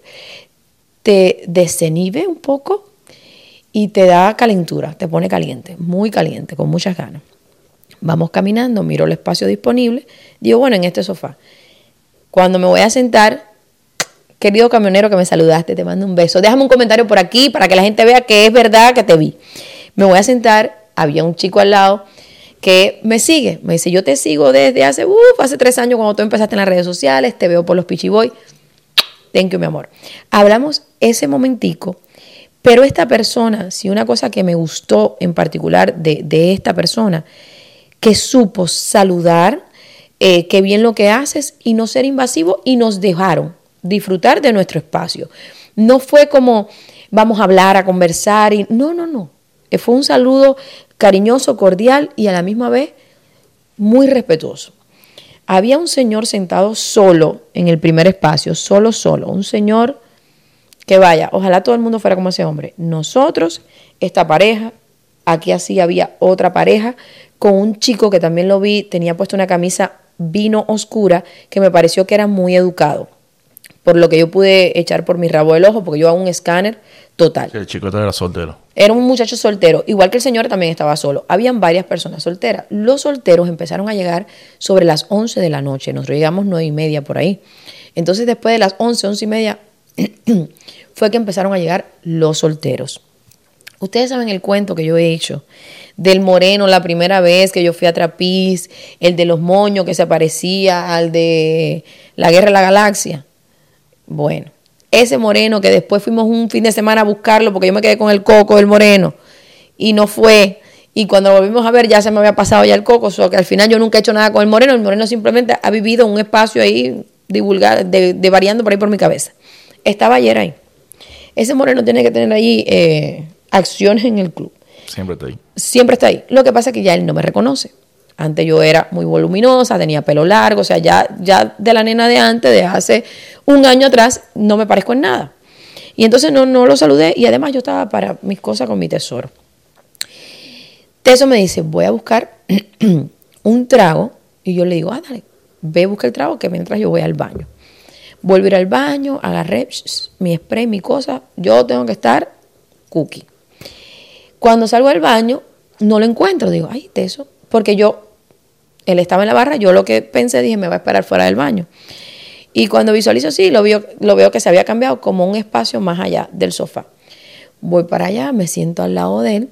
Te desinhibe un poco y te da calentura, te pone caliente, muy caliente, con muchas ganas. Vamos caminando, miro el espacio disponible, digo, bueno, en este sofá. Cuando me voy a sentar, querido camionero que me saludaste, te mando un beso. Déjame un comentario por aquí para que la gente vea que es verdad que te vi. Me voy a sentar, había un chico al lado que me sigue, me dice, yo te sigo desde hace 3 años cuando tú empezaste en las redes sociales, te veo por los Pichiboy. Thank you, mi amor. Hablamos ese momentico, pero esta persona, si una cosa que me gustó en particular de esta persona, que supo saludar, que bien lo que haces y no ser invasivo, y nos dejaron disfrutar de nuestro espacio. No fue como vamos a hablar, a conversar, y no. Fue un saludo cariñoso, cordial y a la misma vez muy respetuoso. Había un señor sentado solo en el primer espacio, solo, un señor que vaya, ojalá todo el mundo fuera como ese hombre. Nosotros, esta pareja, aquí así había otra pareja con un chico que también lo vi, tenía puesto una camisa vino oscura que me pareció que era muy educado, por lo que yo pude echar por mi rabo del ojo, porque yo hago un escáner total. Sí, el chico era soltero. Era un muchacho soltero, igual que el señor también estaba solo. Habían varias personas solteras. Los solteros empezaron a llegar sobre las 11 de la noche. Nosotros llegamos 9:30 por ahí. Entonces después de las 11:30, fue que empezaron a llegar los solteros. Ustedes saben el cuento que yo he hecho del moreno la primera vez que yo fui a Trapiz, el de los moños que se parecía al de la Guerra de la Galaxia. Bueno, ese moreno que después fuimos un fin de semana a buscarlo porque yo me quedé con el coco del moreno y no fue. Y cuando lo volvimos a ver ya se me había pasado ya el coco, so que al final yo nunca he hecho nada con el moreno simplemente ha vivido un espacio ahí divulgar, de variando por ahí por mi cabeza. Estaba ayer ahí. Ese moreno tiene que tener ahí acciones en el club. Siempre está ahí. Siempre está ahí. Lo que pasa es que ya él no me reconoce. Antes yo era muy voluminosa, tenía pelo largo, o sea, ya de la nena de antes, de hace un año atrás, no me parezco en nada. Y entonces no lo saludé y además yo estaba para mis cosas con mi tesoro. Teso me dice, voy a buscar un trago y yo le digo, dale, ve, busca el trago que mientras yo voy al baño. Vuelvo a ir al baño, agarré mi spray, mi cosa, yo tengo que estar cookie. Cuando salgo del baño, no lo encuentro, digo, ay, Teso, porque él estaba en la barra, yo lo que pensé, dije, me va a esperar fuera del baño. Y cuando visualizo así, lo veo que se había cambiado como un espacio más allá del sofá. Voy para allá, me siento al lado de él.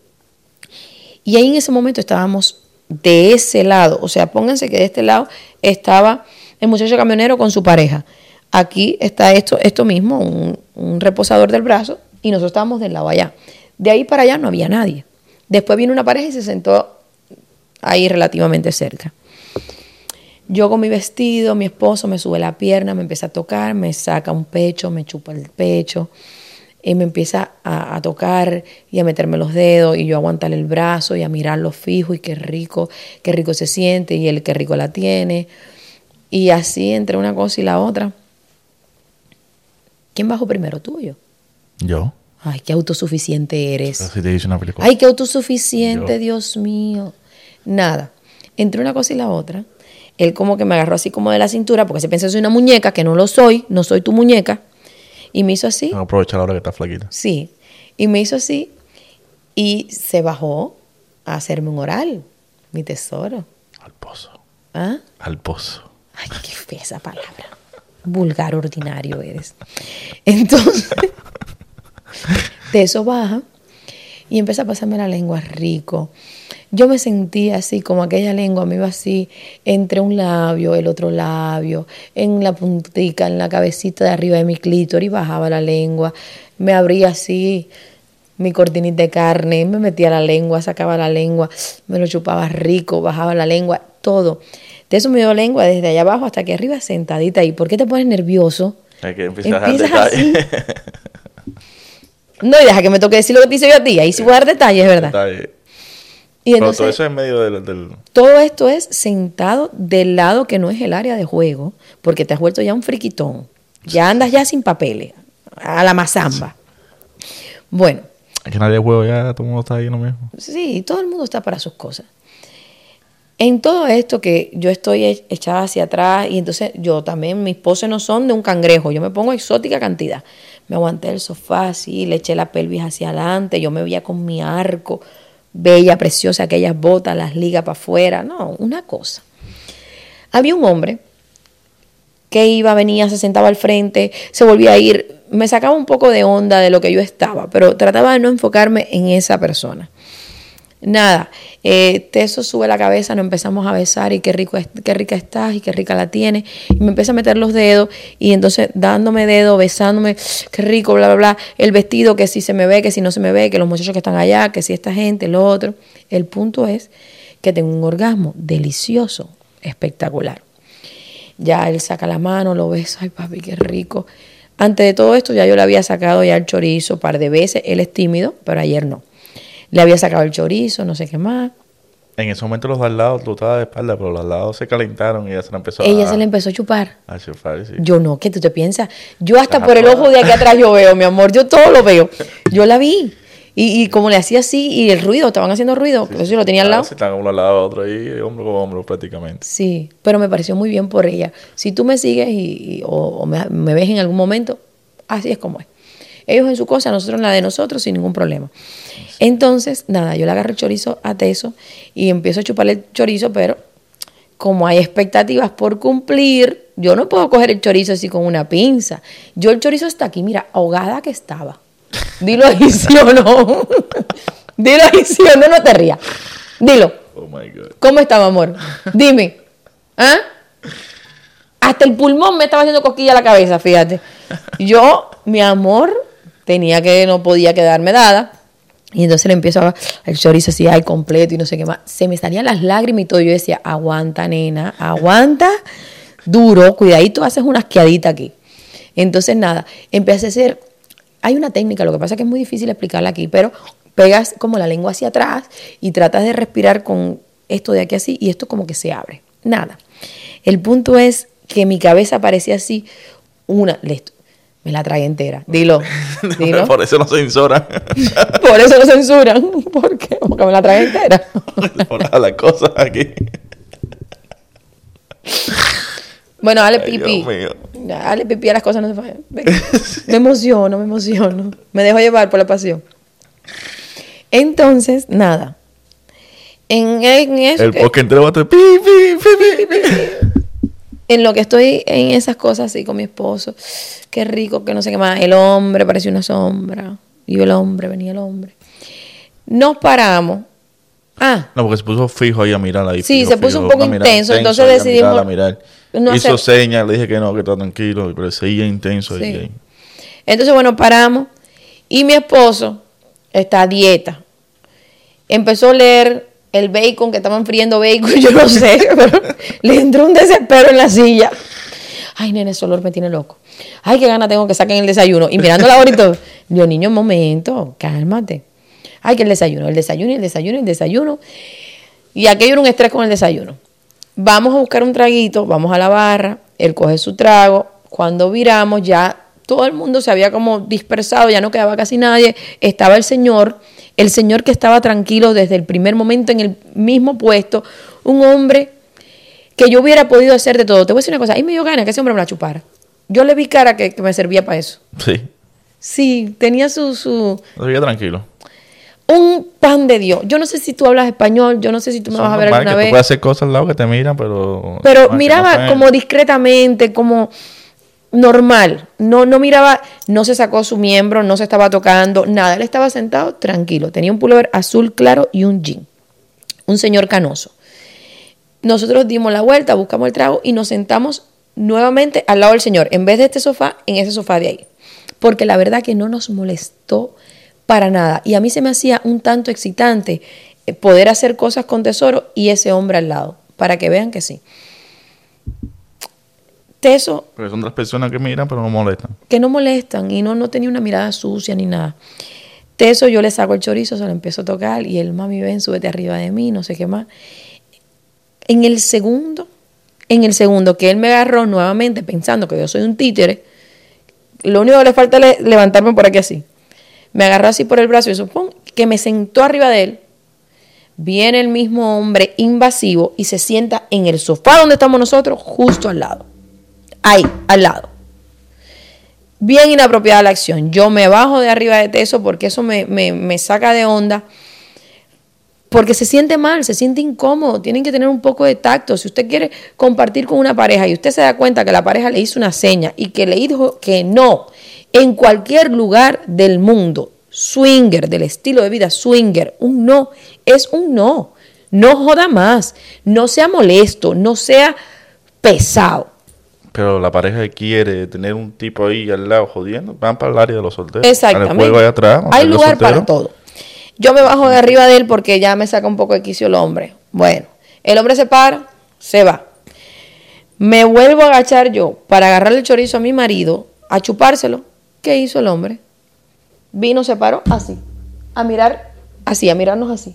Y ahí en ese momento estábamos de ese lado. O sea, pónganse que de este lado estaba el muchacho camionero con su pareja. Aquí está esto mismo, un reposador del brazo, y nosotros estábamos del lado allá. De ahí para allá no había nadie. Después vino una pareja y se sentó ahí relativamente cerca. Yo con mi vestido, mi esposo me sube la pierna, me empieza a tocar, me saca un pecho, me chupa el pecho, y me empieza a tocar y a meterme los dedos y yo a aguantarle el brazo y a mirarlo fijo y qué rico se siente y él qué rico la tiene. Y así entre una cosa y la otra. ¿Quién bajó primero, tú o yo? Yo. Ay, qué autosuficiente eres. Así te dice una película. Ay, qué autosuficiente, Yo. Dios mío. Nada, entre una cosa y la otra, él como que me agarró así como de la cintura porque se piensa que soy una muñeca, que no lo soy, no soy tu muñeca. Y me hizo así. Vamos a aprovechar la hora que está flaquita. Sí. Y me hizo así y se bajó a hacerme un oral, mi tesoro. Al pozo. ¿Ah? Al pozo. Ay, qué fea esa palabra. Vulgar, ordinario eres. Entonces, de eso baja y empieza a pasarme la lengua rico. Yo me sentía así, como aquella lengua me iba así, entre un labio, el otro labio, en la puntica, en la cabecita de arriba de mi clítoris, y bajaba la lengua, me abría así mi cortinita de carne, me metía la lengua, sacaba la lengua, me lo chupaba rico, bajaba la lengua, todo. De eso me dio lengua desde allá abajo hasta aquí arriba, sentadita ahí. ¿Por qué te pones nervioso? Hay que empezar a dar así. detalles. No, y deja que me toque decir lo que te hice yo a ti, ahí sí voy a dar detalles, ¿verdad? Detalles. Y Pero entonces, todo eso es en medio del... todo esto es sentado del lado que no es el área de juego, porque te has vuelto ya un friquitón. Ya andas ya sin papeles, a la mazamba. Bueno. Es que nadie juega ya, todo el mundo está ahí en lo mismo. Sí, todo el mundo está para sus cosas. En todo esto que yo estoy echada hacia atrás y entonces yo también, mis poses no son de un cangrejo, yo me pongo exótica cantidad. Me aguanté el sofá así, le eché la pelvis hacia adelante, yo me veía con mi arco, bella, preciosa, aquellas botas, las ligas para afuera, no, una cosa. Había un hombre que iba, venía, se sentaba al frente, se volvía a ir, me sacaba un poco de onda de lo que yo estaba, pero trataba de no enfocarme en esa persona. Nada, Teso sube la cabeza, nos empezamos a besar y qué rica estás y qué rica la tienes. Y me empieza a meter los dedos y entonces dándome dedos, besándome, qué rico, bla, bla, bla. El vestido, que si se me ve, que si no se me ve, que los muchachos que están allá, que si esta gente, lo otro. El punto es que tengo un orgasmo delicioso, espectacular. Ya él saca la mano, lo besa, ay papi, qué rico. Antes de todo esto ya yo le había sacado ya el chorizo un par de veces. Él es tímido, pero ayer no. Le había sacado el chorizo, no sé qué más. En ese momento los de al lado, tú estabas de espalda, pero los al lado se calentaron y ella se la empezó Ella se le empezó a chupar. a chupar, sí. Yo no, ¿qué tú te piensas? Yo hasta Estás por el aprobada. ojo de aquí atrás yo veo, mi amor, yo todo lo veo. Yo la vi. Y como le hacía así, y el ruido, estaban haciendo ruido, eso yo lo tenía al lado. Se están uno al lado de otro ahí, hombro con hombro prácticamente. Sí, pero me pareció muy bien por ella. Si tú me sigues o me ves en algún momento, así es como es. Ellos en su cosa, nosotros en la de nosotros, sin ningún problema. Entonces, nada, yo le agarro el chorizo a Teso y empiezo a chuparle el chorizo, pero como hay expectativas por cumplir, yo no puedo coger el chorizo así con una pinza. Yo el chorizo está aquí, mira, ahogada que estaba. Dilo ahí, sí o no. Dilo ahí, sí o no, no te rías. Dilo. Oh my God. ¿Cómo estaba, amor? Dime. ¿Ah? Hasta el pulmón me estaba haciendo cosquilla a la cabeza, fíjate. Yo, mi amor, no podía quedarme dada. Y entonces le empiezo a el chorizo así, ay, completo y no sé qué más. Se me salían las lágrimas y todo. Yo decía, aguanta, nena, aguanta. Duro, cuidadito, haces una asqueadita aquí. Entonces, nada, empecé a hacer... Hay una técnica, lo que pasa es que es muy difícil explicarla aquí, pero pegas como la lengua hacia atrás y tratas de respirar con esto de aquí así y esto como que se abre. Nada. El punto es que mi cabeza parecía así, me la tragué entera. Dilo. Por eso no censuran. Por eso no censuran. ¿Por qué? Porque me la tragué entera. Por las cosas aquí. Bueno, dale pipí. Dale pipí a las cosas no se fallan. Me emociono. Me dejo llevar por la pasión. Entonces, nada. En eso el podcast entero va a tener pi. En lo que estoy en esas cosas así con mi esposo, qué rico, que no sé qué más, el hombre parecía una sombra, y venía el hombre. Nos paramos. No, porque se puso fijo ahí a mirar ahí. Sí, se puso un poco intenso, entonces decidimos... A mirar. No hizo señas, le dije que no, que está tranquilo, pero seguía intenso. Sí. Ahí. Entonces, bueno, paramos, y mi esposo está a dieta. Empezó a leer el bacon, que estaban friendo bacon, yo no sé, pero le entró un desespero en la silla. Ay, nene, ese olor me tiene loco. Ay, qué gana tengo que saquen el desayuno. Y mirando la hora y todo. Dios, niño, un momento, cálmate. Ay, que el desayuno. Y aquello era un estrés con el desayuno. Vamos a buscar un traguito, vamos a la barra, él coge su trago. Cuando viramos, ya todo el mundo se había como dispersado, ya no quedaba casi nadie. Estaba el señor que estaba tranquilo desde el primer momento en el mismo puesto, un hombre que yo hubiera podido hacer de todo. Te voy a decir una cosa, ahí me dio ganas que ese hombre me la chupara. Yo le vi cara que me servía para eso. Sí. Sí, tenía su... Servía tranquilo. Un pan de Dios. Yo no sé si tú hablas español, yo no sé si tú me vas a ver alguna vez. Tú puedes hacer cosas al lado que te miran, pero... Pero miraba como discretamente, como... normal, no miraba, no se sacó su miembro, no se estaba tocando, nada, él estaba sentado tranquilo, tenía un pullover azul claro y un jean, un señor canoso. Nosotros dimos la vuelta, buscamos el trago y nos sentamos nuevamente al lado del señor, en vez de este sofá, en ese sofá de ahí, porque la verdad que no nos molestó para nada, y a mí se me hacía un tanto excitante poder hacer cosas con Tesoro y ese hombre al lado, para que vean que sí. Teso. Porque son las personas que miran, pero no molestan. Que no molestan y no tenía una mirada sucia ni nada. Teso, yo le saco el chorizo, se lo empiezo a tocar y el mami, ven, súbete arriba de mí, no sé qué más. En el segundo que él me agarró nuevamente pensando que yo soy un títere, lo único que le falta es levantarme por aquí así. Me agarró así por el brazo y supongo que me sentó arriba de él. Viene el mismo hombre invasivo y se sienta en el sofá donde estamos nosotros, justo al lado. Ahí, al lado. Bien inapropiada la acción. Yo me bajo de arriba de Teso porque eso me saca de onda. Porque se siente mal, se siente incómodo. Tienen que tener un poco de tacto. Si usted quiere compartir con una pareja y usted se da cuenta que la pareja le hizo una seña y que le dijo que no, en cualquier lugar del mundo, swinger, del estilo de vida swinger, un no es un no. No joda más. No sea molesto, no sea pesado. Pero la pareja quiere tener un tipo ahí al lado jodiendo, van para el área de los solteros. Exactamente. El juego ahí atrás, hay lugar para todo. Yo me bajo de arriba de él porque ya me saca un poco de quicio el hombre. Bueno, el hombre se para, se va. Me vuelvo a agachar yo para agarrarle el chorizo a mi marido, a chupárselo. ¿Qué hizo el hombre? Vino, se paró así, a mirar así, a mirarnos así.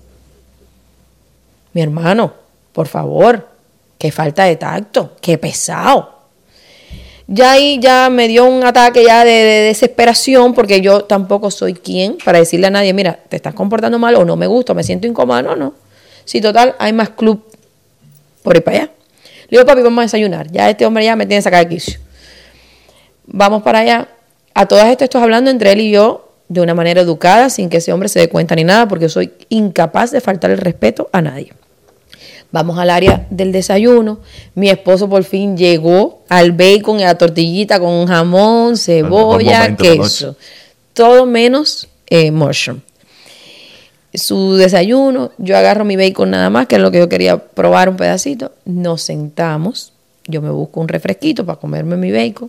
Mi hermano, por favor, qué falta de tacto, qué pesado. Ya ahí ya me dio un ataque ya de desesperación porque yo tampoco soy quien para decirle a nadie, mira, te estás comportando mal o no me gusta, me siento incómoda. No. Si total, hay más club por ir para allá. Le digo, papi, vamos a desayunar. Ya este hombre ya me tiene que sacar de quicio. Vamos para allá. A todas estas estoy hablando entre él y yo de una manera educada, sin que ese hombre se dé cuenta ni nada, porque soy incapaz de faltar el respeto a nadie. Vamos al área del desayuno. Mi esposo por fin llegó al bacon y a la tortillita con jamón, cebolla, queso. Todo menos mushroom. Su desayuno, yo agarro mi bacon nada más, que es lo que yo quería probar un pedacito. Nos sentamos, yo me busco un refresquito para comerme mi bacon.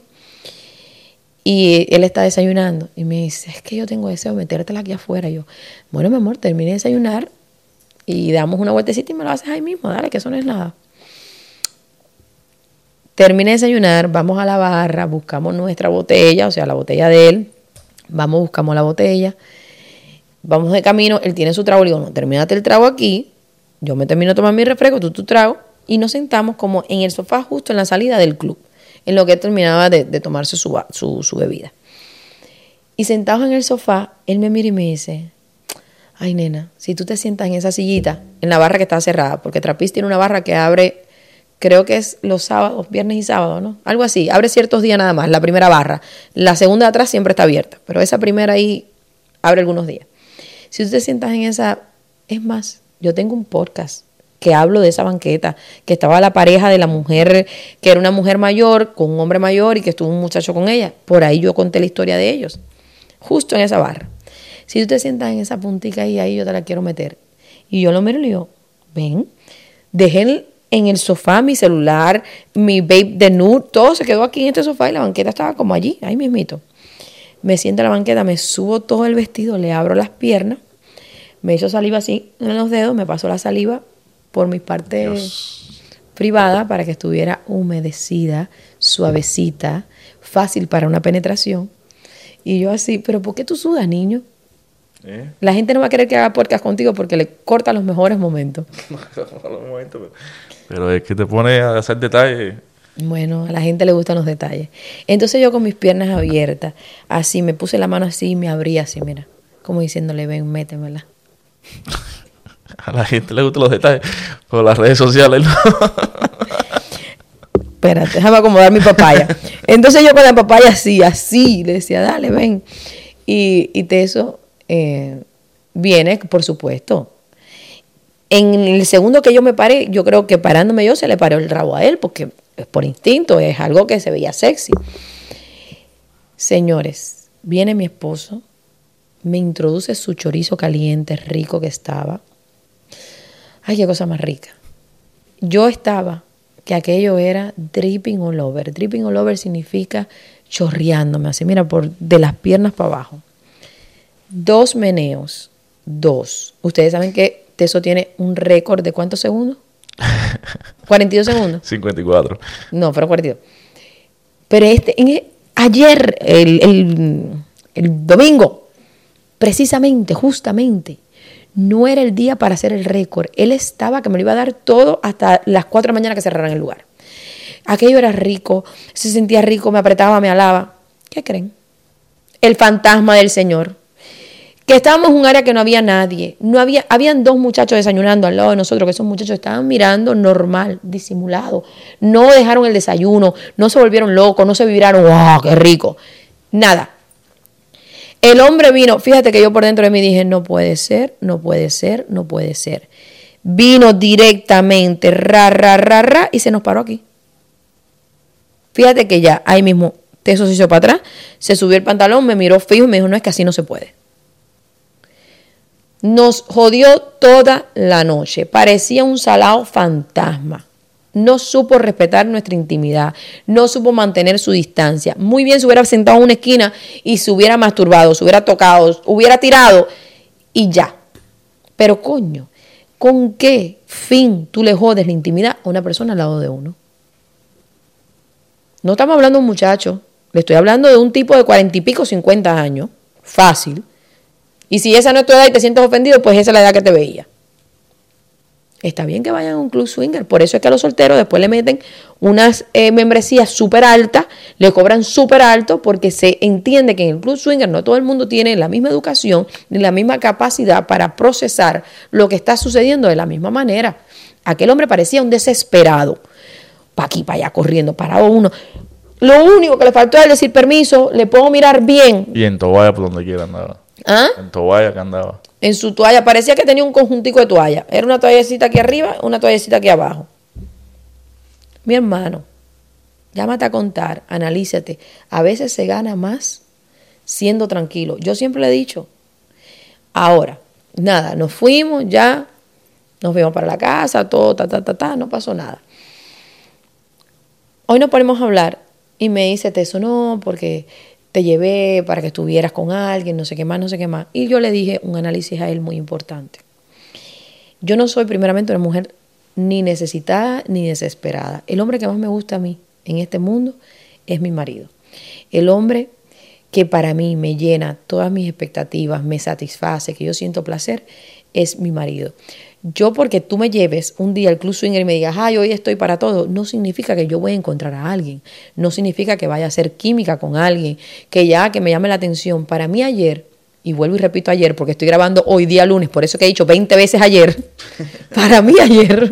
Y él está desayunando y me dice, es que yo tengo deseo de metértela aquí afuera. Y yo, bueno, mi amor, terminé de desayunar y damos una vueltecita y me lo haces ahí mismo, dale, que eso no es nada. Terminé de desayunar, vamos a la barra, buscamos nuestra botella, o sea, la botella de él. Vamos, buscamos la botella. Vamos de camino, él tiene su trago. Le digo, no, termínate el trago aquí. Yo me termino de tomar mi refresco, tú tu trago. Y nos sentamos como en el sofá justo en la salida del club, en lo que él terminaba de tomarse su bebida. Y sentados en el sofá, él me mira y me dice, ay, nena, si tú te sientas en esa sillita, en la barra que está cerrada, porque Trapiz tiene una barra que abre, creo que es los sábados, viernes y sábados, ¿no? Algo así, abre ciertos días nada más, la primera barra. La segunda de atrás siempre está abierta, pero esa primera ahí abre algunos días. Si tú te sientas en esa, es más, yo tengo un podcast que hablo de esa banqueta, que estaba la pareja de la mujer, que era una mujer mayor con un hombre mayor y que estuvo un muchacho con ella. Por ahí yo conté la historia de ellos, justo en esa barra. Si tú te sientas en esa puntica ahí yo te la quiero meter. Y yo lo miro y le digo, ven, dejé en el sofá mi celular, mi vape de nude, todo se quedó aquí en este sofá y la banqueta estaba como allí, ahí mismito. Me siento en la banqueta, me subo todo el vestido, le abro las piernas, me echo saliva así en los dedos, me paso la saliva por mi parte privada para que estuviera humedecida, suavecita, fácil para una penetración. Y yo así, pero ¿por qué tú sudas, niño? La gente no va a querer que haga podcast contigo porque le corta los mejores momentos. Pero es que te pone a hacer detalles. Bueno, a la gente le gustan los detalles. Entonces yo con mis piernas abiertas, así, me puse la mano así y me abrí así, mira, como diciéndole, ven, métemela. A la gente le gustan los detalles, por las redes sociales, ¿no? Espérate, déjame acomodar mi papaya. Entonces yo con la papaya así, le decía, dale, ven. Y Teso viene, por supuesto. En el segundo que yo me paré, yo creo que parándome yo se le paró el rabo a él, porque es por instinto, es algo que se veía sexy. Señores, viene mi esposo, me introduce su chorizo caliente, rico que estaba. Ay, qué cosa más rica. Yo estaba, que aquello era dripping all over. Dripping all over significa chorreándome, así, mira, de las piernas para abajo. 2 meneos, 2. Ustedes saben que Teso tiene un récord de ¿cuántos segundos? 42 segundos. 54. No, fueron 42. Pero ayer, el domingo, precisamente, justamente, no era el día para hacer el récord. Él estaba que me lo iba a dar todo hasta las 4 de la mañana que cerraran el lugar. Aquello era rico, se sentía rico, me apretaba, me alaba. ¿Qué creen? El fantasma del Señor. Que estábamos en un área que no había nadie. Habían 2 muchachos desayunando al lado de nosotros, que esos muchachos estaban mirando normal, disimulado. No dejaron el desayuno, no se volvieron locos, no se vibraron, ¡wow, qué rico! Nada. El hombre vino, fíjate que yo por dentro de mí dije, no puede ser, no puede ser, no puede ser. Vino directamente, y se nos paró aquí. Fíjate que ya, ahí mismo, Teso se hizo para atrás, se subió el pantalón, me miró fijo y me dijo, no, es que así no se puede. Nos jodió toda la noche. Parecía un salado fantasma. No supo respetar nuestra intimidad. No supo mantener su distancia. Muy bien se hubiera sentado en una esquina y se hubiera masturbado, se hubiera tocado, hubiera tirado y ya. Pero coño, ¿con qué fin tú le jodes la intimidad a una persona al lado de uno? No estamos hablando de un muchacho. Le estoy hablando de un tipo de 40 y pico, 50 años. Fácil. Y si esa no es tu edad y te sientes ofendido, pues esa es la edad que te veía. Está bien que vayan a un club swinger. Por eso es que a los solteros después le meten unas membresías súper altas, le cobran súper alto, porque se entiende que en el club swinger no todo el mundo tiene la misma educación ni la misma capacidad para procesar lo que está sucediendo de la misma manera. Aquel hombre parecía un desesperado. Para aquí, para allá, corriendo, parado uno. Lo único que le faltó es decir, permiso, le puedo mirar bien. Y en toalla por donde quiera andaba. ¿Ah? En toalla que andaba. En su toalla, parecía que tenía un conjuntico de toalla. Era una toallecita aquí arriba, una toallecita aquí abajo. Mi hermano, llámate a contar, analízate. A veces se gana más siendo tranquilo. Yo siempre le he dicho, Ahora, nada, nos fuimos ya, nos fuimos para la casa, todo, no pasó nada. Hoy nos ponemos a hablar y me dice Teso, no, porque te llevé para que estuvieras con alguien, no sé qué más. Y yo le dije un análisis a él muy importante. Yo no soy primeramente una mujer ni necesitada ni desesperada. El hombre que más me gusta a mí en este mundo es mi marido. El hombre que para mí me llena todas mis expectativas, me satisface, que yo siento placer, es mi marido. Yo porque tú me lleves un día al club swinger y me digas, ay, hoy estoy para todo, no significa que yo voy a encontrar a alguien, no significa que vaya a hacer química con alguien, que me llame la atención. Para mí ayer, y vuelvo y repito ayer, porque estoy grabando hoy día lunes, por eso que he dicho 20 veces ayer, para mí ayer,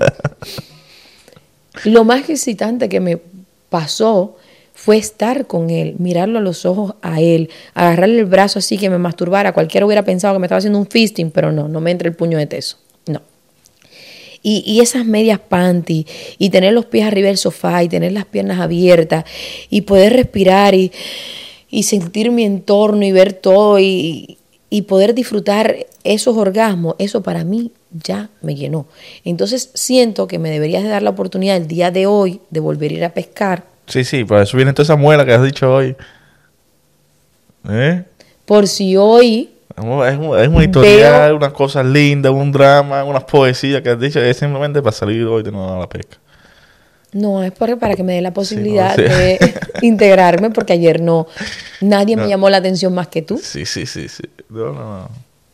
lo más excitante que me pasó fue estar con él, mirarlo a los ojos a él, agarrarle el brazo así que me masturbara. Cualquiera hubiera pensado que me estaba haciendo un fisting, pero no me entra el puño de Teso, no. Y esas medias panty, y tener los pies arriba del sofá, y tener las piernas abiertas, y poder respirar, y sentir mi entorno, y ver todo, y poder disfrutar esos orgasmos, eso para mí ya me llenó. Entonces siento que me deberías de dar la oportunidad el día de hoy de volver a ir a pescar. Sí, por eso viene toda esa muela que has dicho hoy. Por si hoy... Es una historia, unas cosas lindas, un drama, unas poesías que has dicho, es simplemente para salir hoy de nuevo a la pesca. No, es para que me dé la posibilidad de integrarme, porque ayer nadie me llamó la atención más que tú. Sí. No.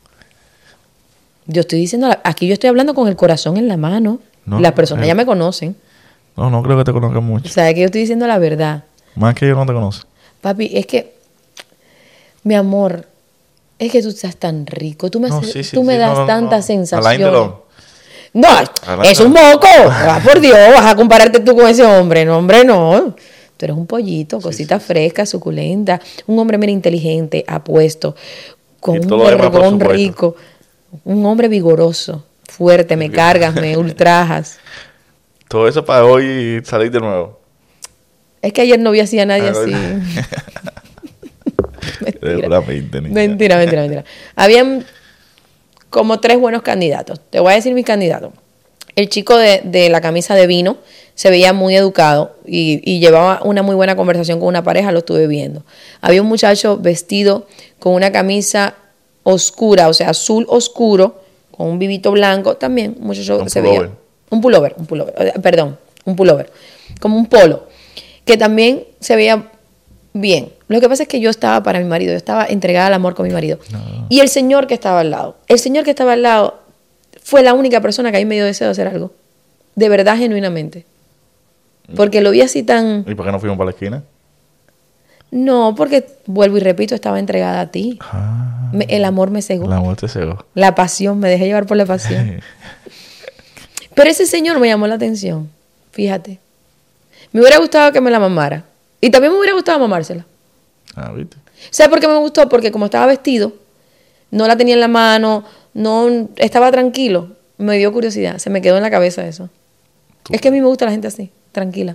Yo estoy diciendo, aquí yo estoy hablando con el corazón en la mano. Las personas ya me conocen. No creo que te conozcan mucho. O sea, que yo estoy diciendo la verdad. Más que yo no te conozco. Papi, es que, mi amor, es que tú estás tan rico. Tú me das tantas sensaciones. No, es un moco. Por Dios, vas a compararte tú con ese hombre. No, hombre, no. Tú eres un pollito, cosita fresca, suculenta. Un hombre, mira, inteligente, apuesto, con un vergón rico. Un hombre vigoroso, fuerte, me cargas, me ultrajas. Todo eso para hoy salir de nuevo. Es que ayer no vi así a nadie así. Mentira. Habían como 3 buenos candidatos. Te voy a decir mis candidatos. El chico de la camisa de vino se veía muy educado y llevaba una muy buena conversación con una pareja, lo estuve viendo. Había un muchacho vestido con una camisa oscura, o sea, azul oscuro, con un vivito blanco, también un muchacho se veía. Un pullover, como un polo, que también se veía bien. Lo que pasa es que yo estaba para mi marido, yo estaba entregada al amor con mi marido. No. Y el señor que estaba al lado fue la única persona que a mí me dio deseo de hacer algo. De verdad, genuinamente. Porque lo vi así tan... ¿Y por qué no fuimos para la esquina? No, porque, vuelvo y repito, estaba entregada a ti. El amor me cegó. El amor te cegó. La pasión, me dejé llevar por la pasión. Pero ese señor me llamó la atención, fíjate. Me hubiera gustado que me la mamara. Y también me hubiera gustado mamársela. ¿Viste? ¿Sabes por qué me gustó? Porque como estaba vestido, no la tenía en la mano, no estaba tranquilo. Me dio curiosidad, se me quedó en la cabeza eso. Es que a mí me gusta la gente así, tranquila.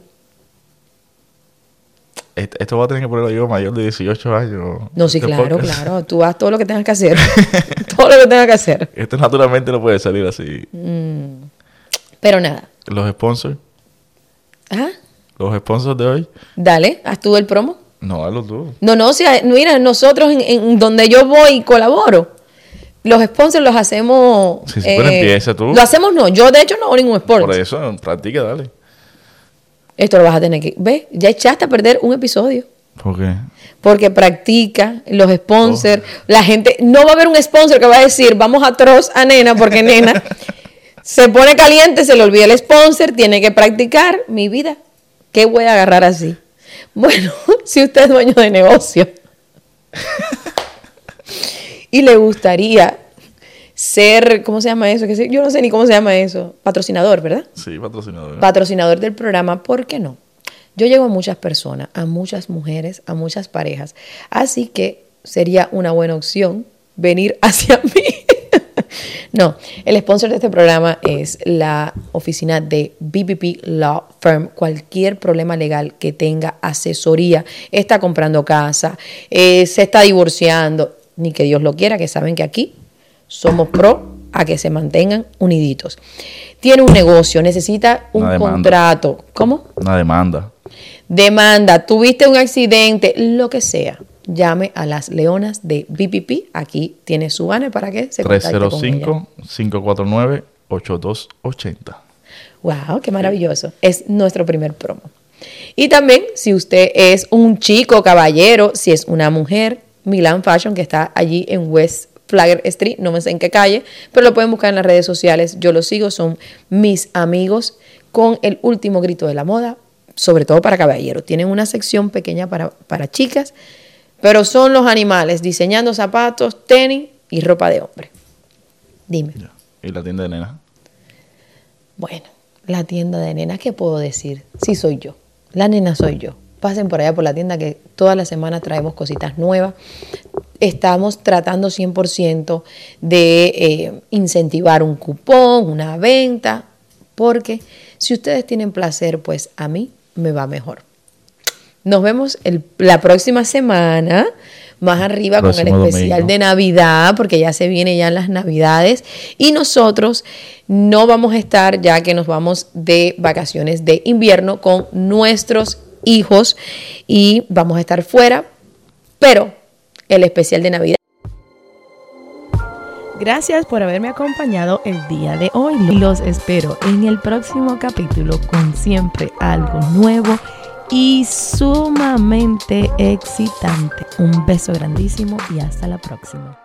Esto va a tener que ponerlo yo mayor de 18 años. No, sí, claro. Tú haz todo lo que tengas que hacer. Todo lo que tengas que hacer. Esto naturalmente no puede salir así. Pero nada. ¿Los sponsors? ¿Ah? ¿Los sponsors de hoy? Dale, haz tú el promo. No, hazlo tú. No, mira, nosotros en donde yo voy colaboro. Los sponsors los hacemos... Sí, pero empieza tú. Lo hacemos no. Yo, de hecho, no hago ningún sponsor. Por eso, practica, dale. Esto lo vas a tener que... ¿Ves? Ya echaste a perder un episodio. ¿Por qué? Porque practica los sponsors. La gente... No va a haber un sponsor que va a decir, vamos a Troz a Nena, porque Nena se pone caliente, se le olvida el sponsor, tiene que practicar. Mi vida, ¿qué voy a agarrar así? Bueno, si usted es dueño de negocio y le gustaría ser, ¿cómo se llama eso? Yo no sé ni cómo se llama eso. Patrocinador, ¿verdad? Sí, patrocinador. Patrocinador del programa, ¿por qué no? Yo llego a muchas personas, a muchas mujeres, a muchas parejas. Así que sería una buena opción venir hacia mí. No, el sponsor de este programa es la oficina de BPP Law Firm. Cualquier problema legal que tenga, asesoría, está comprando casa, se está divorciando, ni que Dios lo quiera, que saben que aquí somos pro a que se mantengan uniditos. Tiene un negocio, necesita un contrato. ¿Cómo? Una demanda. Demanda, tuviste un accidente, lo que sea. Llame a las Leonas de BPP. Aquí tiene su banner para que se contacte con ella. 305-549-8280. Wow, qué maravilloso. Es nuestro primer promo. Y también, si usted es un chico, caballero, si es una mujer, Milan Fashion, que está allí en West Flagler Street, no me sé en qué calle, pero lo pueden buscar en las redes sociales. Yo los sigo, son mis amigos con el último grito de la moda, sobre todo para caballeros. Tienen una sección pequeña para chicas, pero son los animales, diseñando zapatos, tenis y ropa de hombre. Dime. ¿Y la tienda de nena? Bueno, la tienda de nena, ¿qué puedo decir? Sí soy yo, la nena soy yo. Pasen por allá por la tienda que todas las semanas traemos cositas nuevas. Estamos tratando 100% de incentivar un cupón, una venta, porque si ustedes tienen placer, pues a mí me va mejor. Nos vemos la próxima semana, más arriba con el especial domingo de Navidad, porque ya se viene ya las Navidades. Y nosotros no vamos a estar, ya que nos vamos de vacaciones de invierno con nuestros hijos y vamos a estar fuera, pero el especial de Navidad. Gracias por haberme acompañado el día de hoy. Los espero en el próximo capítulo con siempre algo nuevo y sumamente excitante. Un beso grandísimo y hasta la próxima.